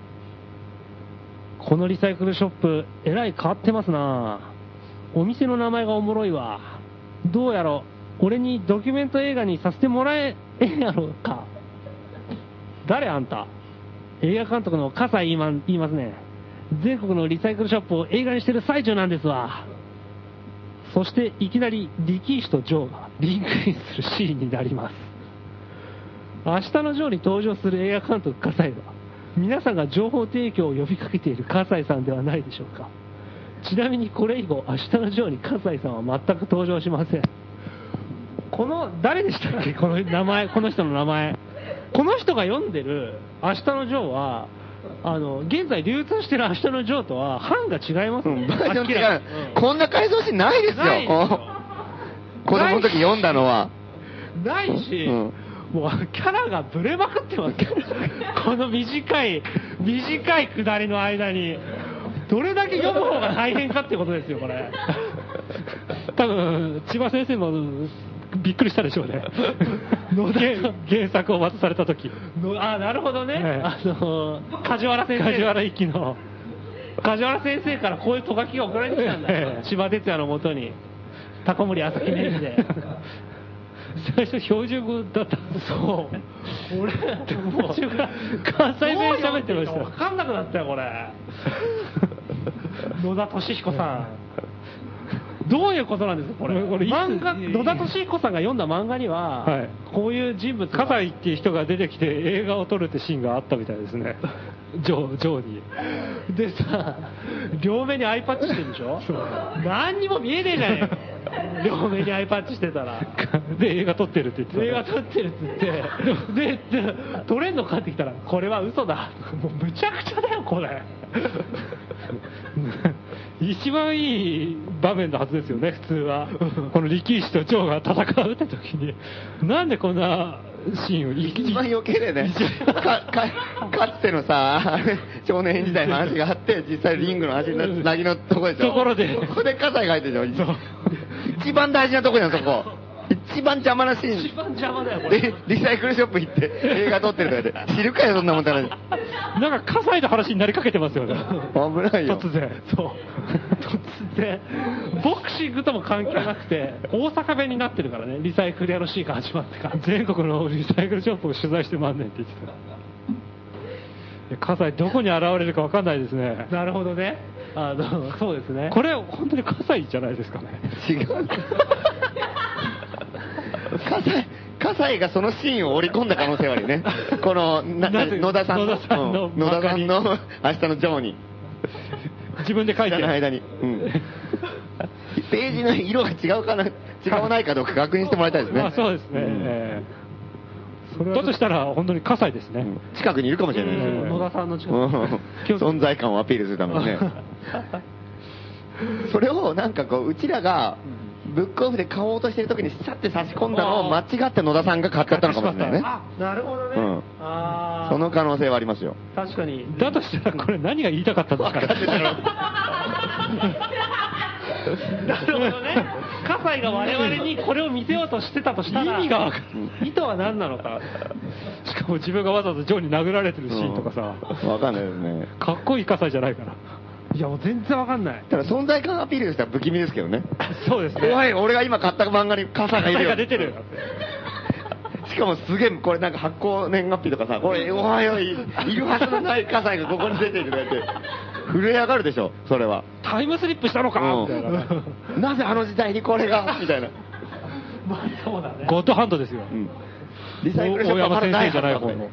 このリサイクルショップえらい変わってますな。お店の名前がおもろいわ。どうやろ俺にドキュメント映画にさせてもらええやろうか。誰あんた？映画監督の葛西言いますね。全国のリサイクルショップを映画にしてる最中なんですわ。そしていきなり力石とジョーがリンクインするシーンになります。明日のジョーに登場する映画監督葛西は皆さんが情報提供を呼びかけている葛西さんではないでしょうか。ちなみにこれ以後明日のジョーに葛西さんは全く登場しません。この誰でしたっけこの名前、この人の名前。この人が読んでる明日のジョーはあの現在流通してる明日のジョーとは版が違います、ね。 うん、バージョン違う、うん。こんな改造シーンないですよ。 ないですよ。 子供の時読んだのは。 ないし、うん、もうキャラがブレまくってます。この短い短い下りの間にどれだけ読む方が大変かってことですよこれ。 多分千葉先生もびっくりしたでしょうね。原作を渡された時。 あ、なるほどね。 ええ、 あの梶原先生。 梶原一騎の梶原先生からこういうとがきが送られてきたんだ。ええ、千葉哲也のもとに高森朝日名義で。 最初標準語だった。 そう。俺、途中から関西弁喋ってましたよ。 分かんなくなったよ、これ。野田俊彦さん。どういうことなんですか、これ。これ漫画、野田俊彦さんが読んだ漫画には、はい、こういう人物が。 葛西っていう人が出てきて映画を撮るってシーンがあったみたいですね。ジョー、ジョーに。 でさ、両目にアイパッチしてるでしょ。何にも見えねえじゃねえか。両目にアイパッチしてたら。 で、映画撮ってるって言ってた。 映画撮ってるって言って、で、で撮れんのかってきたら、これは嘘だ。もうむちゃくちゃだよ、これ。 一番いい場面のはずですよね、普通は。この力士とジョーが戦うって時に、なんでこんなシーンを一番余計だよね。か、か、かつてのさ、少年時代の話があって、実際リングの足のつなぎのとこでしょ。 ところで。 ここで葛西が入ってるでしょ。一番大事なとこじゃん、そこ。一番邪魔なシーン。 一番邪魔だよ、これ。 で、リサイクルショップ行って映画撮ってるとかで、知るかよ、そんなもんたら。 なんか、葛西の話になりかけてますよね。 危ないよ。 突然。 そう。突然。ボクシングとも関係なくて、大阪弁になってるからね、リサイクル屋のシーンが始まってから。 全国のリサイクルショップを取材してまんねんって言ってた。葛西どこに現れるか分かんないですね。 なるほどね。あの、そうですね。 これ、本当に葛西じゃないですかね。 違う。葛西、葛西がそのシーンを織り込んだ可能性はあるよね。この、な野田さんの、野田さんの、うん、野田さんの明日のジョーに。 自分で書いてる。 間に。うん。ページの色が違うかな、違わないかどうか確認してもらいたいですね。 まあそうですね。うんえー、だとしたら本当に葛西ですね。うん、 近くにいるかもしれないですね。 野田さんの近く、うん、 存在感をアピールするためにね。それをなんかこう、うちらが、ブックオフで買おうとしてる時にシャッて差し込んだのを間違って野田さんが買っちゃったのかもしれないね。 あ、なるほどね。 うん、あその可能性はありますよ。 確かに。 だとしたらこれ何が言いたかったんですかね。 なるほどね。葛西が我々にこれを見せようとしてたとしたら、 意味が分かる。意図は何なのか。 しかも自分がわざわざジョーに殴られてるシーンとかさ。 うん、分かんないですね。 かっこいい葛西じゃないから。 いやもう全然わかんない。 ただ存在感アピールとしては不気味ですけどね。 そうですね。 おい、俺が今買った漫画に傘がいるよ。 が出てる。 しかもすげえ、これなんか発行年月日とかさ、これ、おいおい、いるはずのない葛西がここに出てるとか言って、震え上がるでしょ、それは。 タイムスリップしたのか、うん、みたいな。 なぜあの時代にこれがみたいな。 まあそうだね。 ゴッドハンドですよ。うん、 リサイクルショップはまだないじゃない方の。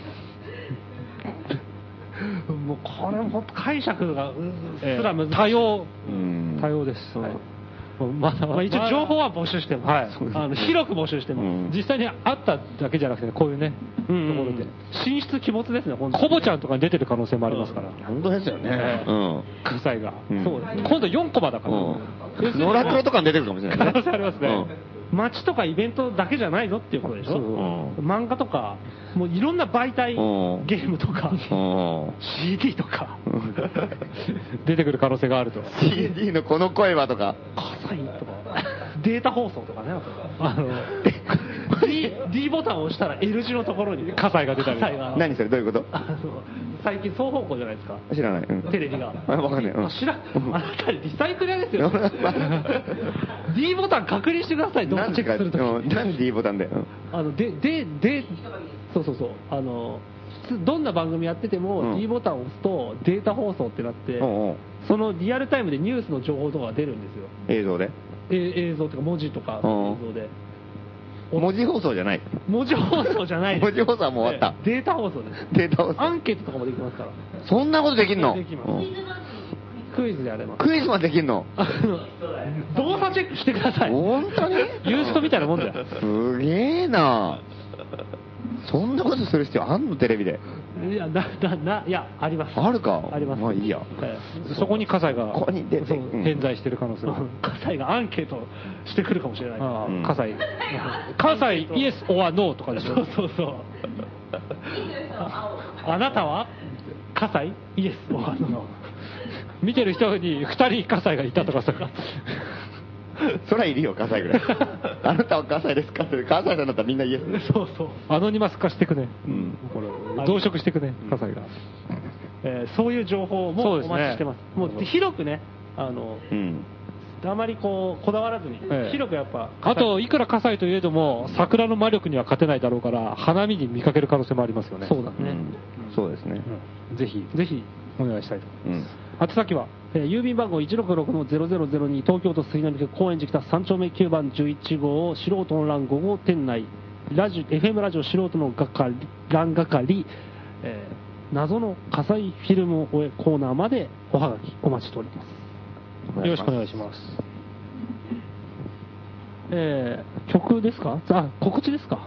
もうこれも本当解釈がうすら難しい。 多様、多様です。 まだまあ一応情報は募集してます。はい、あの広く募集してます。うん、 実際にあっただけじゃなくて、こういうね、うん、ところで。 進出鬼没ですね、本当に。コボちゃんとかに出てる可能性もありますから。うん、 本当ですよね。うん。 葛西が。 うん、そうですね。 今度よんコマだから。 野良黒とかに出てるかもしれない、 ね。可能性ありますね。うん街とかイベントだけじゃないぞっていうことでしょ。うん、漫画とかもういろんな媒体、ゲームとか シーディー とか出てくる可能性があると。 シーディー のこの声はとか葛西とかデータ放送とかね。あの D, D ボタンを押したら L 字のところに葛西が出たり。 何それどういうこと？ あの最近双方向じゃないですか。 知らない、うん、 テレビが。 あ、わかんない、 うん、知らあなたリサイクル屋ですよ。D ボタン確認してください。どうチェックするとき。 何 D ボタンで、うん、 あのでででそうそうそうあのどんな番組やってても、うん、D ボタンを押すとデータ放送ってなって、うんうん、そのリアルタイムでニュースの情報とかが出るんですよ。 映像でえ映像とか文字とか映像で。 文字放送じゃない。 文字放送じゃないです。 文字放送はもう終わった。 データ放送です。 データ放送。 アンケートとかもできますから。 そんなことできんの？ できます。うん、クイズでやれます。 クイズまでできんの？ 動作チェックしてください。 本当に？ ユーストみたいなもんだよ。 すげえな。そんなことする必要あんのテレビで？ いや、な、な、な、いや、あります。 あるか。 あります。 まあいいや。 そこに葛西がここに出て偏在してる可能性が。 葛西がアンケートしてくるかもしれない。 葛西。葛西イエスオアノーとかでしょ。 そうそうそう。あなたは葛西イエスオアノー。 見てる人にふたり葛西がいたとかさ。 そりゃいるよ、葛西ぐらい。あなたは葛西ですかって、葛西さんだったらみんなイエス。 そうそう。 アノニマス化してくね。うん。これ増殖してくね、葛西が。 えー、そういう情報もお待ちしてます。すね、もう広くね、あの、うん、 あまりこうこだわらずに、 ええ広くやっぱあと、いくら葛西といえども、桜の魔力には勝てないだろうから、花見に見かける可能性もありますよね。 そうだね、 うんそうですね。 うんぜひ、ぜひ、お願いしたいと思います。 うん。 宛先は、えー郵便番号 いちろくろくのゼロゼロゼロに 東京都杉並区高円寺北さん丁目きゅうばんじゅういち号素人の欄ご号店内ラジ エフエム ラジオ素人の係欄係、えー謎の火災フィルムコーナーまでおはがきお待ちしております。 よろしくお願いします。 えー曲ですか？あ、告知ですか？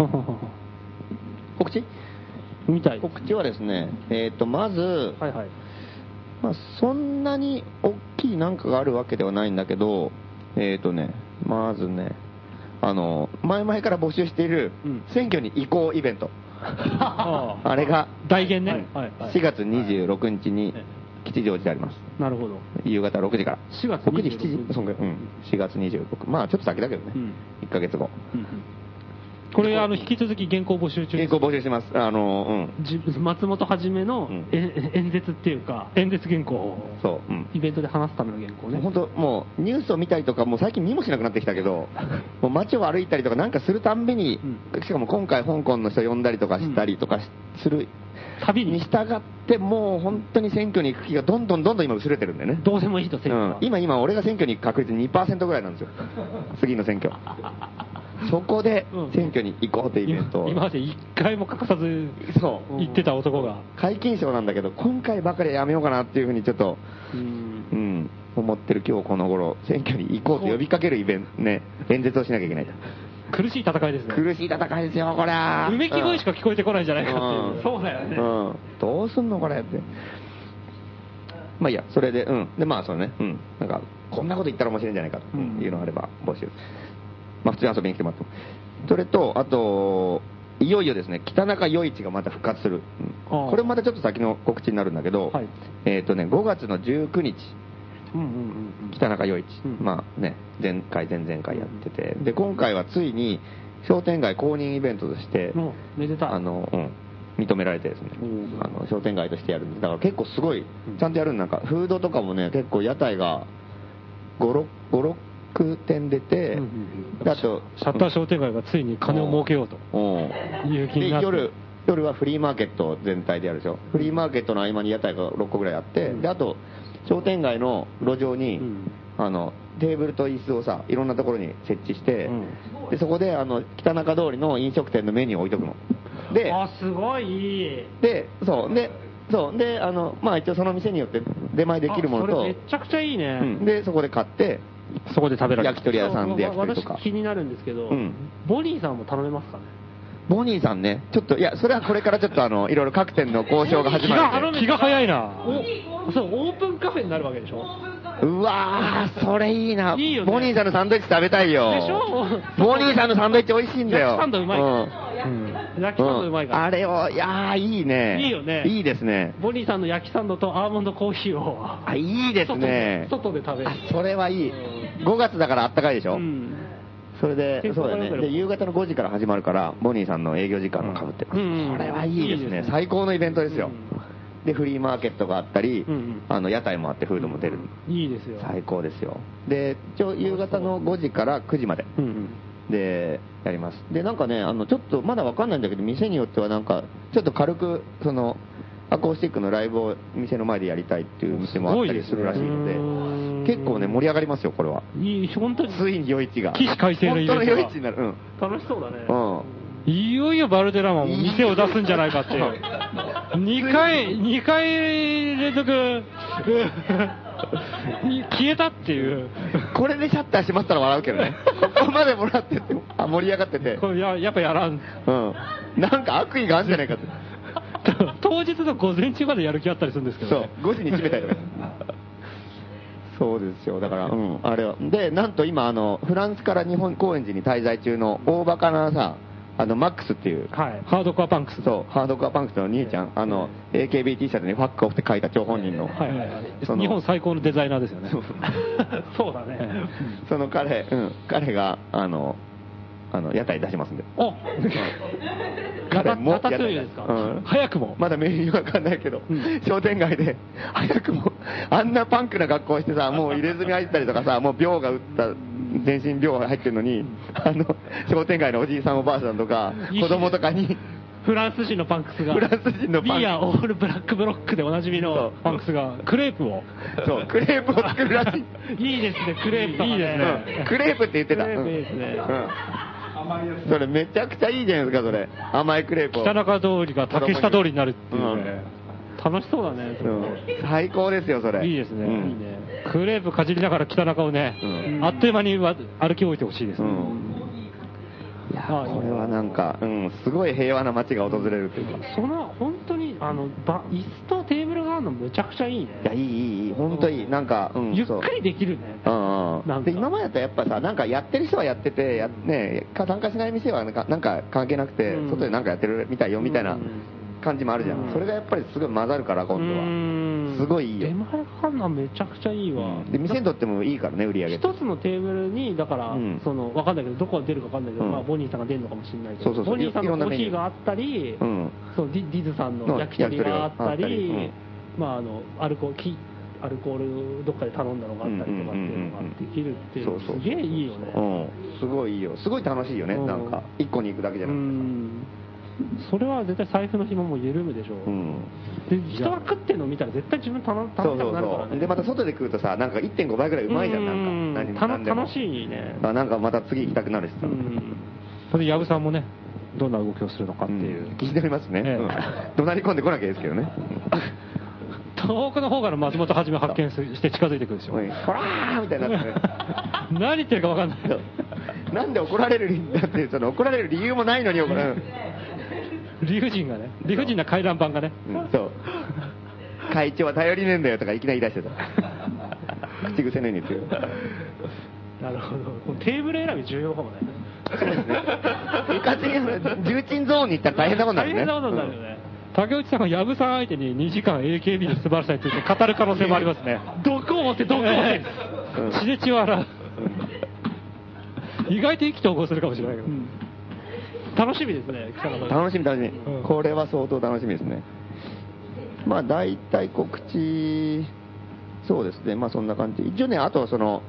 告知みたい。 告知はですね、えっと、まず、 はいはい。 まあ、そんなに大きいなんかがあるわけではないんだけど、えっとね、まずね、あの、前々から募集しているうん選挙に移行イベント。 ああれが大言ね。はいはいしがつにじゅうろくにちに吉祥寺であります。 なるほど。 夕方ろくじから。 しがつろくじ、 にじゅうろくしちじ、そんぐらい。うん。しがつにじゅうろく。まあ、ちょっと先だけどね。 うんいっかげつご。 うんうんこれ、あの、引き続き原稿募集中です。 原稿募集します。あの、うん。 じ松本はじめのうんえ演説っていうか、 演説原稿を。 そう。うん。 イベントで話すための原稿ね。 本当もうニュースを見たりとかもう最近見もしなくなってきたけどもう街を歩いたりとかなんかするたんびに、しかも今回香港の人呼んだりとかしたりとかする旅にに従ってもう本当に選挙に行く気がどんどんどんどん今薄れてるんだよね。 どうでもいいと選挙は、 うん、今今俺が選挙に行く確率にパーセントぐらいなんですよ次の選挙そこで選挙に行こうというイベントを、 今まで一回も欠かさずそう言ってた男が。 皆勤賞なんだけど今回ばかりはやめようかなっていうふうにちょっとうんうん、思ってる今日この頃選挙に行こうと呼びかけるイベントね演説をしなきゃいけないと苦しい戦いですね。 苦しい戦いですよこれはうめき声しか聞こえてこないんじゃないかっていう。 うんそうだよね。 うん、どうすんのこれってまあいいやそれでうんでまあそのねうんなんかこんなこと言ったら面白いんじゃないかというのがあれば募集、まあ普通に遊びに来てもらってもそれとあといよいよですね北中余市がまた復活する、うんああこれまたちょっと先の告知になるんだけど、 はいえっ、とねごがつのじゅうくにちうんうんうん北中余市、 うんまあね前回前々回やっててで今回はついに商店街公認イベントとして、 うん。もうめでたい。 あの、うん、認められてですねうんあの商店街としてやるんですだから結構すごいうんちゃんとやるんなんかフードとかもね結構屋台がご、ろくてん出て、 うんうんであとシャッター商店街がついに金を儲けようとうんいう気になって。 で夜夜はフリーマーケット全体でやるでしょフリーマーケットの合間に屋台がろっこぐらいあって、 うんであと商店街の路上に、 うんあのテーブルと椅子をさいろんなところに設置して、 うんでそこであの北中通りの飲食店のメニューを置いとくのであ、すごいいい。 でそうでそうであのまあ一応その店によって出前できるものとあそれめっちゃくちゃいいね。 うんでそこで買ってそこで食べられる。 焼き鳥屋さんで焼き鳥とか私気になるんですけど、 うんボニーさんも頼めますかね？ ボニーさんねちょっといやそれはこれからちょっとあのいろいろ各店の交渉が始まるんで気が早いな。 おそうオープンカフェになるわけでしょ？ うわーそれいいないいよねボニーさんのサンドイッチ食べたいよでしょボニーさんのサンドイッチ美味しいんだよ焼きサンドうまいからうん焼きサンドうまいから。 あれをいやーいいねいいよねいいですねボニーさんの焼きサンドとアーモンドコーヒーをあいいですね外で外で食べる。 あそれはいいごがつだからあったかいでしょ、 うんそれで結構そうだよねよくやるで夕方のごじから始まるからボニーさんの営業時間がかぶってます、 うんこれはいいですねいいですね最高のイベントですよ、 うんでフリーマーケットがあったり、 うんうんあの屋台もあってフードも出る、 いいですよ。 最高ですよで一応夕方のごじからくじまでうんうんでやりますでなんかねあのちょっとまだわかんないんだけど店によってはなんかちょっと軽くそのアコースティックのライブを店の前でやりたいっていう店もあったりするらしいのですごいですね結構ね盛り上がりますよこれはいい本当についに夜市が起死回生のイベントが本当の夜市になるうん楽しそうだね。 うんいよいよバルデラマンも店を出すんじゃないかっていう。にかい、にかい連続、消えたっていう。 これでシャッター閉まったら笑うけどねここまでもらっててあ盛り上がっててこれややっぱやらん。 うんなんか悪意があるんじゃないかって当日の午前中までやる気あったりするんですけど、 そうね。 ごじに閉めたりとかそうですよだからうんあれはでなんと今あのフランスから日本高円寺に滞在中の大バカなさあのマックスっていうはい。 ハードコアパンクス。 そうハードコアパンクスの兄ちゃんあの エーケービー T シャツにファックオフって書いた張本人のはいはいはい。 その日本最高のデザイナーですよね。 そうだね。 その彼、うん、彼があのあの屋台出しますんで。 おラタラタトゥイユですか、うん、早くもまだメニューわかんないけど、うん、商店街で早くもあんなパンクな格好してさ、もう入れ墨入ったりとかさ、もう秒が打った全身秒が入ってるのに、あの商店街のおじいさんおばあさんとか子供とかにフランス人のパンクスがフランス人のパンクスビアオールブラックブロックでおなじみのパンクスがクレープをそうクレープを作るらしいいいですねクレープとか、ね、いいですねクレープって言ってたクレープいいですね、うん甘いやつそれめちゃくちゃいいじゃないですかそれ甘いクレープを北中通りが竹下通りになるっていうね、 うん、楽しそうだね、 うん、最高ですよそれいいですね、 うん、 いいねクレープかじりながら北中をね、うん、あっという間に歩き終えてほしいです、ねうんいやこれはなんか、うん、すごい平和な街が訪れるっていうかその本当にあのば椅子とテーブルがあるのむちゃくちゃいいねいやいいいい本当いいなんか、 うん、ゆっくりできるねうんうん、で今までだとやっぱさなんかやってる人はやっててや、ね、参加しない店はなんかなんか関係なくて、うん、外でなんかやってるみたいよみたいな感じもあるじゃん、うん、それがやっぱりすごい混ざるから今度はすごいいいよ出前館はめちゃくちゃいいわ、 うん、で店にとってもいいからね売り上げ一つのテーブルにだから、うん、その分かんないけどどこが出るか分かんないけど、うんまあ、ボニーさんが出るのかもしれないけどそうそうそうボニーさんのコーヒーがあったり、うん、そうディ、ディズさんの焼き鳥があったり、うん、まああのアルコールアルコールどっかで頼んだのがあったりとかっていうのができるっていうすげえいいよね、 うん、すごいいいよすごい楽しいよね、うん、なんか一個に行くだけじゃなくてうんそれは絶対財布の紐も緩むでしょう、うん、で人が食ってるのを見たら絶対自分頼みたくなるからねそうそうそうでまた外で食うとさなんか いってんご 倍ぐらいうまいじゃんなんか何楽しいねなんかまた次行きたくなるしさそれで藪さんもねどんな動きをするのかっていう、うん、 気になりますね、ええうん、怒鳴り込んでこなきゃいいですけどね遠くの方から松本はじめ発見して近づいてくるんですよ。ほらーみたいになって、ね、 何言ってるか分かんない。 なんで怒られるんだって、その怒られる理由もないのに怒られる。 理不尽がね、理不尽な回覧板がね。 うん、そう。会長は頼りねえんだよとかいきなり言い出してた。口癖のように言ってる。 なるほど。このテーブル選び重要かもね。 そうですね。うかつに重鎮ゾーンに行ったら大変なことになるね。 大変なことになるよね。うん竹内さんが藪さん相手ににじかん エーケービー の素晴らしさについて語る可能性もありますね。 毒を持って毒を持って血で血を洗う。意外と意気投合するかもしれないけど、うん、 楽しみですね。 楽しみ楽しみ、うん、これは相当楽しみですね。まあ大体告知そうですねまあそんな感じ一応ねあとその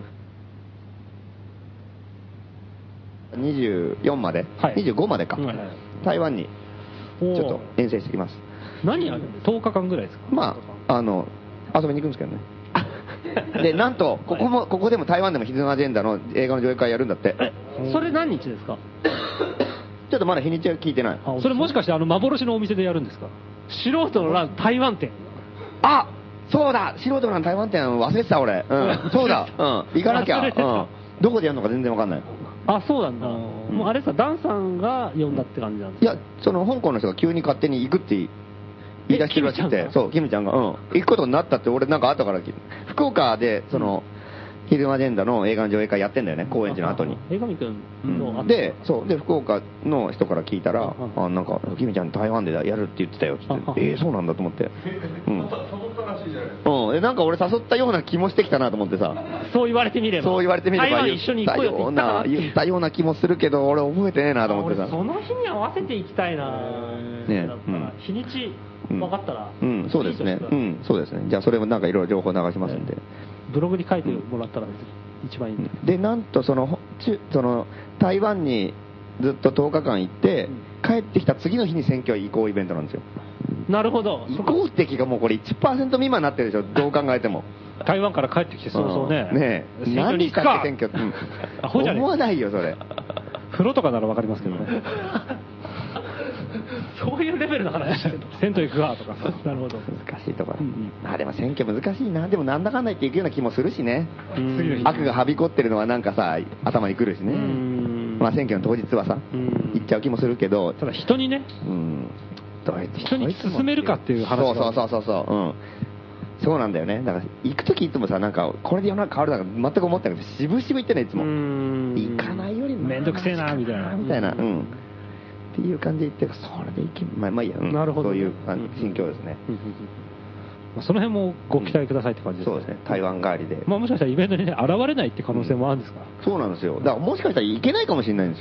にじゅうよんまで、はい、にじゅうごまでか、はい、台湾にちょっと遠征してきます。 何やるの？とおかかんぐらいですか？ まああの遊びに行くんですけどね。でなんとここもここでも台湾でもヒズンアジェンダの映画の上映会やるんだって。 それ何日ですか？ ちょっとまだ日にちは聞いてない。 それもしかしてあの幻のお店でやるんですか？ 素人のラン台湾店。 あそうだ素人のラン台湾店忘れてた俺。うん、そうだ。うん行かなきゃ。うん、どこでやるのか全然わかんない。 あそうなんだ。もうあれさダンさんが呼んだって感じなんですか？ いやその香港の人が急に勝手に行くって言い出してるらしくてそうキムちゃんが、うん、行くことになったって俺なんか後から聞いて福岡でその、うん、ヒルマジェンダの映画の上映会やってんだよね高円寺の後に映画見くんの、 うん、でそうで福岡の人から聞いたらあなんかキムちゃん台湾でやるって言ってたよって言ってえー、そうなんだと思ってうん誘ったらしいじゃないですかうんなんか俺誘ったような気もしてきたなと思ってさそう言われてみればそう言われてみれば台湾一緒に行こうよって言ったかなって言ったような気もするけど俺覚えてねえなと思ってさその日に合わせていきたいなねだったら日にち分かったら、 うん、うん、そうですねうんそうですねじゃあそれもなんかいろいろ情報流しますんで、 ブログに書いてもらったら一番いいんでなんとそのその台湾にずっととおかかん行って、うん、帰ってきた次の日に選挙移行イベントなんですよ。 なるほど移行的がもうこれ いちパーセント 未満になってるでしょどう考えても台湾から帰ってきてそうそうね、 うん、ねえ何かって選挙って、うん、思わないよそれ風呂とかなら分かりますけどねそういうレベルの話だけど銭湯行くかとかなるほど難しいところ、うんうん、あでも選挙難しいなでもなんだかんだ言っていくような気もするしね悪がはびこってるのはなんかさ頭にくるしねまあ選挙の当日はさ行っちゃう気もするけどただ人にねうん人に進めるかっていう話そうそうそうそうそう、うん、そうなんだよねだから行くときいつもさなんかこれで世の中変わるなんか全く思ってなくて渋々言ってねいつも行かないよりもめんどくせえなみたいなみたいなうんっていう感じで言ってそれでいけまあまあいいや、うん、 なるほどそういう心境ですね、うんまあ、その辺もご期待くださいって感じですね、 うん、そうですね台湾帰りで、 まあ、もしかしたらイベントに、ね、現れないって可能性もあるんですか、 うん、そうなんですよだからもしかしたらいけないかもしれないんですよ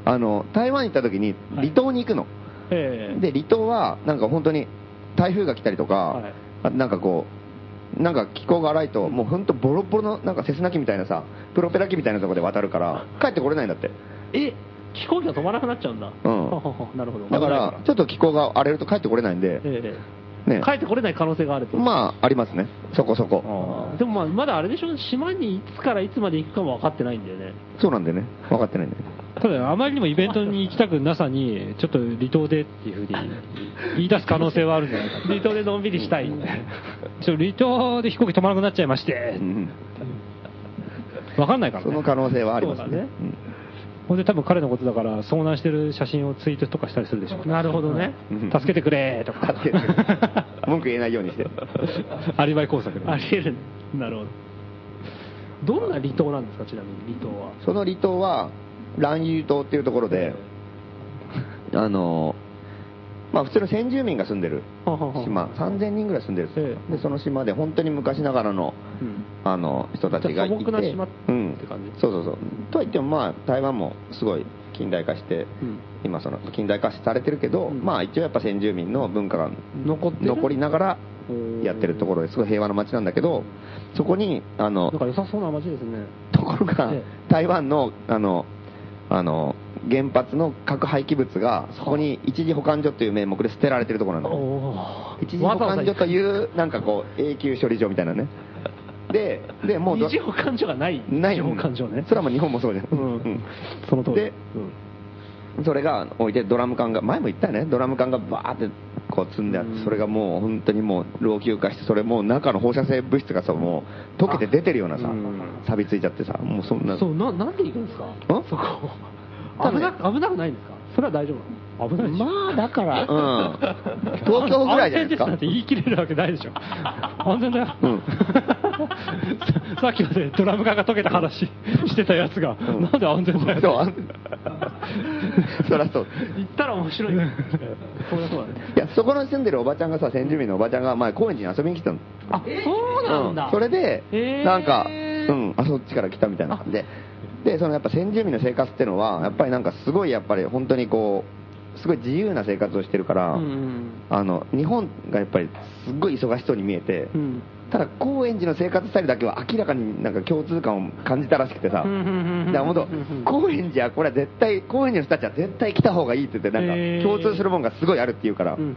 あの台湾に行った時に離島に行くの、はい、で離島はなんか本当に台風が来たりとか、はい、なんかこうなんか気候が荒いともう本当ボロボロのなんかセスナ機みたいなさプロペラ機みたいなところで渡るから帰ってこれないんだって。 え飛行機が飛ばなくなっちゃうんだ。うん。なるほど。 だからちょっと気候が荒れると帰ってこれないんで、ええね、帰ってこれない可能性があると。 まあありますね。そこそこ。 でもまあまだあれでしょ、島にいつからいつまで行くかも分かってないんだよね。 そうなんでね、分かってないんだよね。 ただあまりにもイベントに行きたくなさにちょっと離島でっていうふうに言い出す可能性はあるんじゃないか。 離島でのんびりしたい。 ちょ離島で飛行機止まらなくなっちゃいまして。うん、分かんないからね。 その可能性はありますね。 ほんで多分彼のことだから遭難してる写真をツイートとかしたりするでしょ。 なるほどね。 助けてくれとか。 文句言えないようにして。 アリバイ工作で。 あり得る。なるほど。どんな離島なんですか、ちなみに離島は。 その離島は蘭嶼島っていうところで、あのまあ普通の先住民が住んでる島、さんぜんにんぐらい住んでるんですよ。でその島で本当に昔ながらの、うん、あの人たちがいて、 素朴な島って感じ、うん、 そうそうそう。とは言ってもまあ台湾もすごい近代化して、うん、今その近代化されてるけど、うん、まあ一応やっぱ先住民の文化が残残りながらやってるところですごい平和な街なんだけど、そこにあのなんか良さそうな街ですね。 ところが、ええ、台湾のあのあの原発の核廃棄物がそこに一時保管所という名目で捨てられてるところなの。一時保管所というなんかこう永久処理場みたいなね。ででもう二次保管所がないない保管所ね。 それはもう日本もそうじゃん。うんうん、 その通りで、うん、それが置いてドラム缶が前も言ったよね。ドラム缶がバーってこう積んであって、それがもう本当にもう老朽化して、それもう中の放射性物質がさもう溶けて出てるようなさ、錆びついちゃってさ、もうそんな。 そうななんで行くんですか？そこ危な危なくないんですか？それは大丈夫なの？危ないでしょ。 まあだから、うん、東京ぐらいじゃないですか。 安全ですなんて言い切れるわけないでしょ。安全だよ。うん、さっきまでドラム缶が溶けた話してたやつが、うん、なんで安全だよ。そう、 そりゃそう。 言ったら面白い。そうだそうだね。 いやそこに住んでるおばちゃんがさ、先住民のおばちゃんが前高円寺に遊びに来たの。 あ、そうなんだ。 うん、それでなんか、うん、あそっちから来たみたいな感じで。でそのやっぱ先住民の生活っていうのはやっぱりなんかすごいやっぱり本当にこうすごい自由な生活をしてるから、うんうん、あの日本がやっぱりすごい忙しそうに見えて、うん、ただ高円寺の生活スタイルだけは明らかになんか共通感を感じたらしくてさ、だから本当高円寺はこれは絶対高円寺の人たちは絶対来た方がいいって言ってなんか共通するものがすごいあるって言うから、うんうん、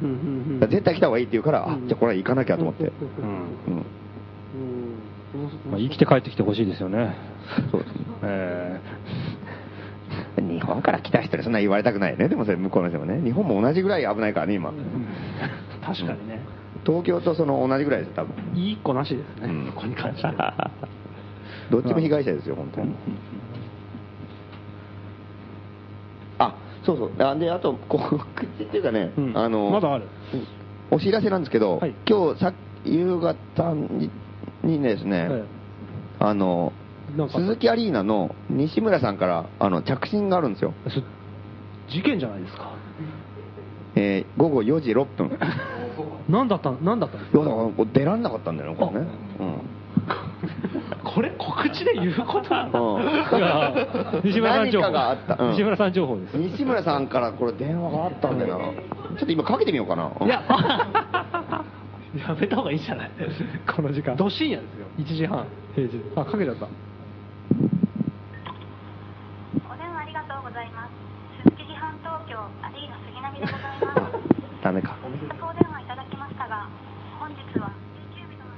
から絶対来た方がいいって言うから、うん、あじゃあこれは行かなきゃと思って、うんうんまあ、生きて帰ってきてほしいですよね。 そうですね。えー、日本から来た人にそんな言われたくないね。でもそれ向こうの人もね、日本も同じぐらい危ないからね今。 確かにね。 東京とその同じぐらいです多分。 いい子なしですね。うん、ここに関しては。 どっちも被害者ですよ本当に。あ、そうそう。あであと告知っていうかね、うん、あのまだある。 お知らせなんですけど、はい、今日さ夕方に。にですね、はい、あの鈴木アリーナの西村さんからあの着信があるんですよ。 事件じゃないですか。 えー、ごごよじろっぷん。 何だった何だったんですか。いや出らんなかったんだよねこれね。うん、 これ告知で言うことなの？ 西村さん情報。 何かがあった、うん、 西村さん情報です。 西村さんからこれ電話があったんだよな。ちょっと今かけてみようかな。 いや。やめた方がいいじゃない。 この時間ど深夜ですよ。いちじはん平日。あ、かけちゃった。 お電話ありがとうございます。鈴木半東京アリーナ杉並でございます。 ダメか。 お電話いただきましたが、本日は定休日とな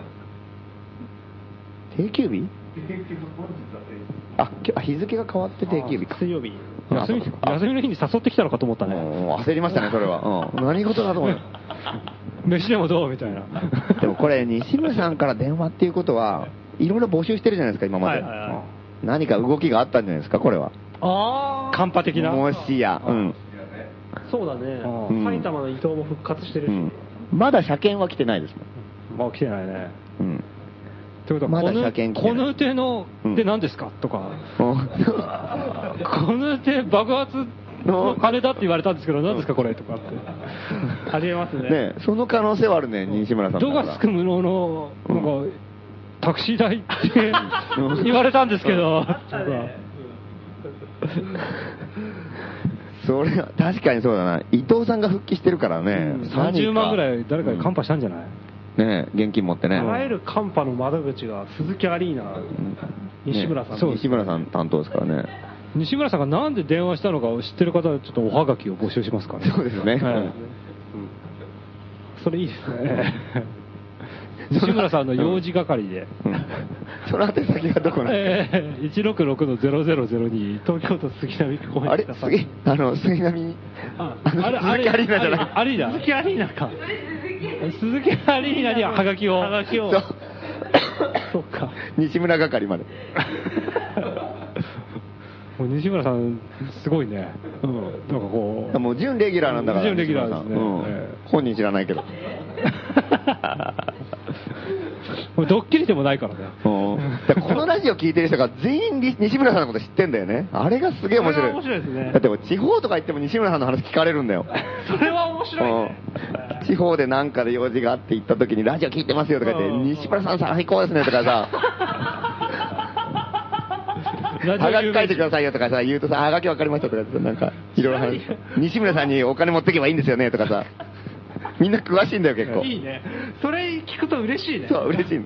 ります。定休日？あ、今日日付が変わって定休日か。 水曜日。 休み休みの日に誘ってきたのかと思ったね。 焦りましたねそれは。うん、何事だと思う。 飯でもどうみたいな。 でもこれ西村さんから電話っていうことはいろいろ募集してるじゃないですか今まで、はいはいはい、何か動きがあったんじゃないですかこれは。 ああカンパ的なもしや、うん、 そうだね、うん、埼玉の伊東も復活してるし、うん、 まだ車検は来てないですもん。まあ来てないね。 うん。 ということはまだ車検来てない。 この手のって何ですか、うん、とか、うん、この手爆発の金だって言われたんですけど何ですかこれとかってありえます ね, ね。その可能性はあるね西村さん。 度がつく無能のなんか、うん、タクシー代って言われたんですけど、 それは確かにそうだな。伊藤さんが復帰してるからね、 うん、さんじゅうまんぐらい誰かにカンパしたんじゃない、 うん、ねえ現金持ってね。 いわゆるカンパの窓口が鈴木アリーナ、うん、西村さん、ね、 そう西村さん担当ですからね。 西村さんがなんで電話したのかを知ってる方はちょっとおはがきを募集しますからね。 そうですね、はい、うん、 それいいですね。 西村さんの用事係で、 うん、その宛先はどこなんですか？ えー、いちろくろくのゼロゼロゼロに 東京都杉並区公園。 あれ杉あの杉並ああのあれ鈴木アリーナじゃない、 アリーナ鈴木アリーナか鈴木アリーナにはがきをはがきをそうそうか西村係まで。 もう西村さんすごいね、うん、なんかこうもう準レギュラーなんだから。 準レギュラーですね、うんえー、本人知らないけど。 ドッキリでもないからね。 うん、だからこのラジオ聞いてる人が全員西村さんのこと知ってんだよね。あれがすげえ面白い。 面白いですね。 だって地方とか行っても西村さんの話聞かれるんだよ。 それは面白いね。 うん、地方でなんかで用事があって行った時にラジオ聞いてますよとか言って、西村さん最高ですねとかさ。はがき書いてくださいよとかさ言うとさ、はがき分かりましたとか言ってなんかいろいろ話、西村さんにお金持ってけばいいんですよねとかさ。みんな詳しいんだよ結構。 いいね。それ聞くと嬉しいね。 そう嬉しい、うん、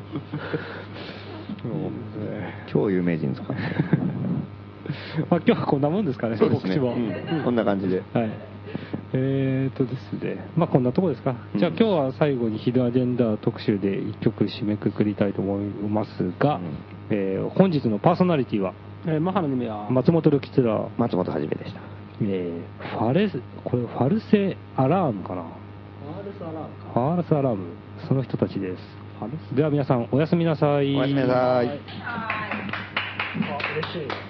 超有名人ですかね。 まあ今日はこんなもんですかね。 そうですね、 告知も、 うん、こんな感じで、 はい、えーとですね、まあこんなとこですか、うん、じゃあ今日は最後にヒドアジェンダー特集でいっきょく締めくくりたいと思いますが、うん、えー、本日のパーソナリティは、 えー、マハの夢は松本るきつら、 松本はじめでした。 えー、ファレスこれファルセアラームかな、 ファルスアラームか、 ファルスアラーム、その人たちです。では皆さんおやすみなさい。 おやすみなさい。 はい、あ嬉しい。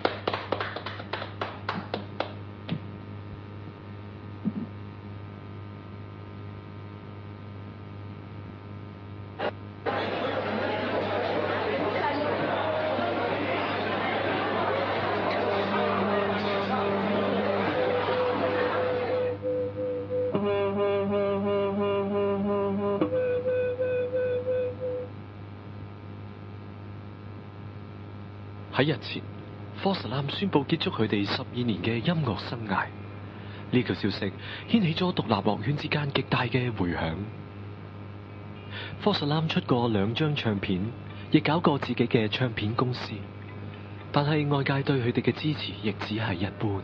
喺日前 ，Force Alarm 宣布結束佢哋十二年嘅音樂生涯。呢個消息掀起咗獨立樂圈之間極大嘅迴響。Force Alarm 出過兩張唱片，亦搞過自己嘅唱片公司，但係外界對佢哋嘅支持亦只係一般。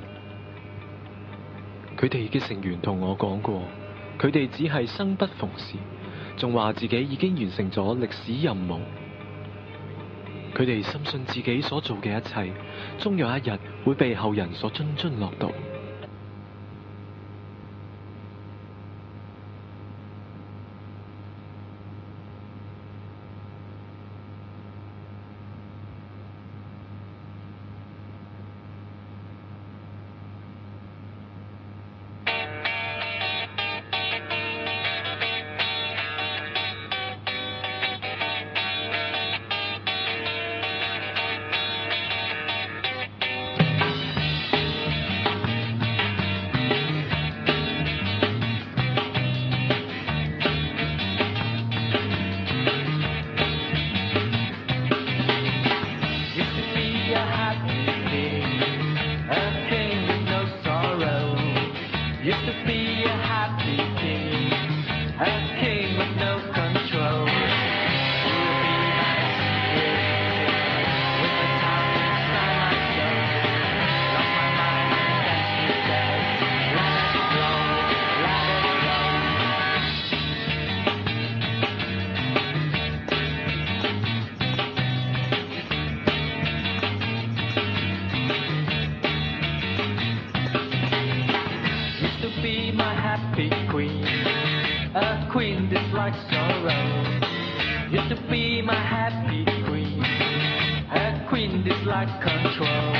佢哋嘅成員同我講過，佢哋只係生不逢時，仲話自己已經完成咗歷史任務。佢哋深信自己所做嘅一切，終有一日會被後人所津津樂道。Used to be my happy queen, her queen dislikes control.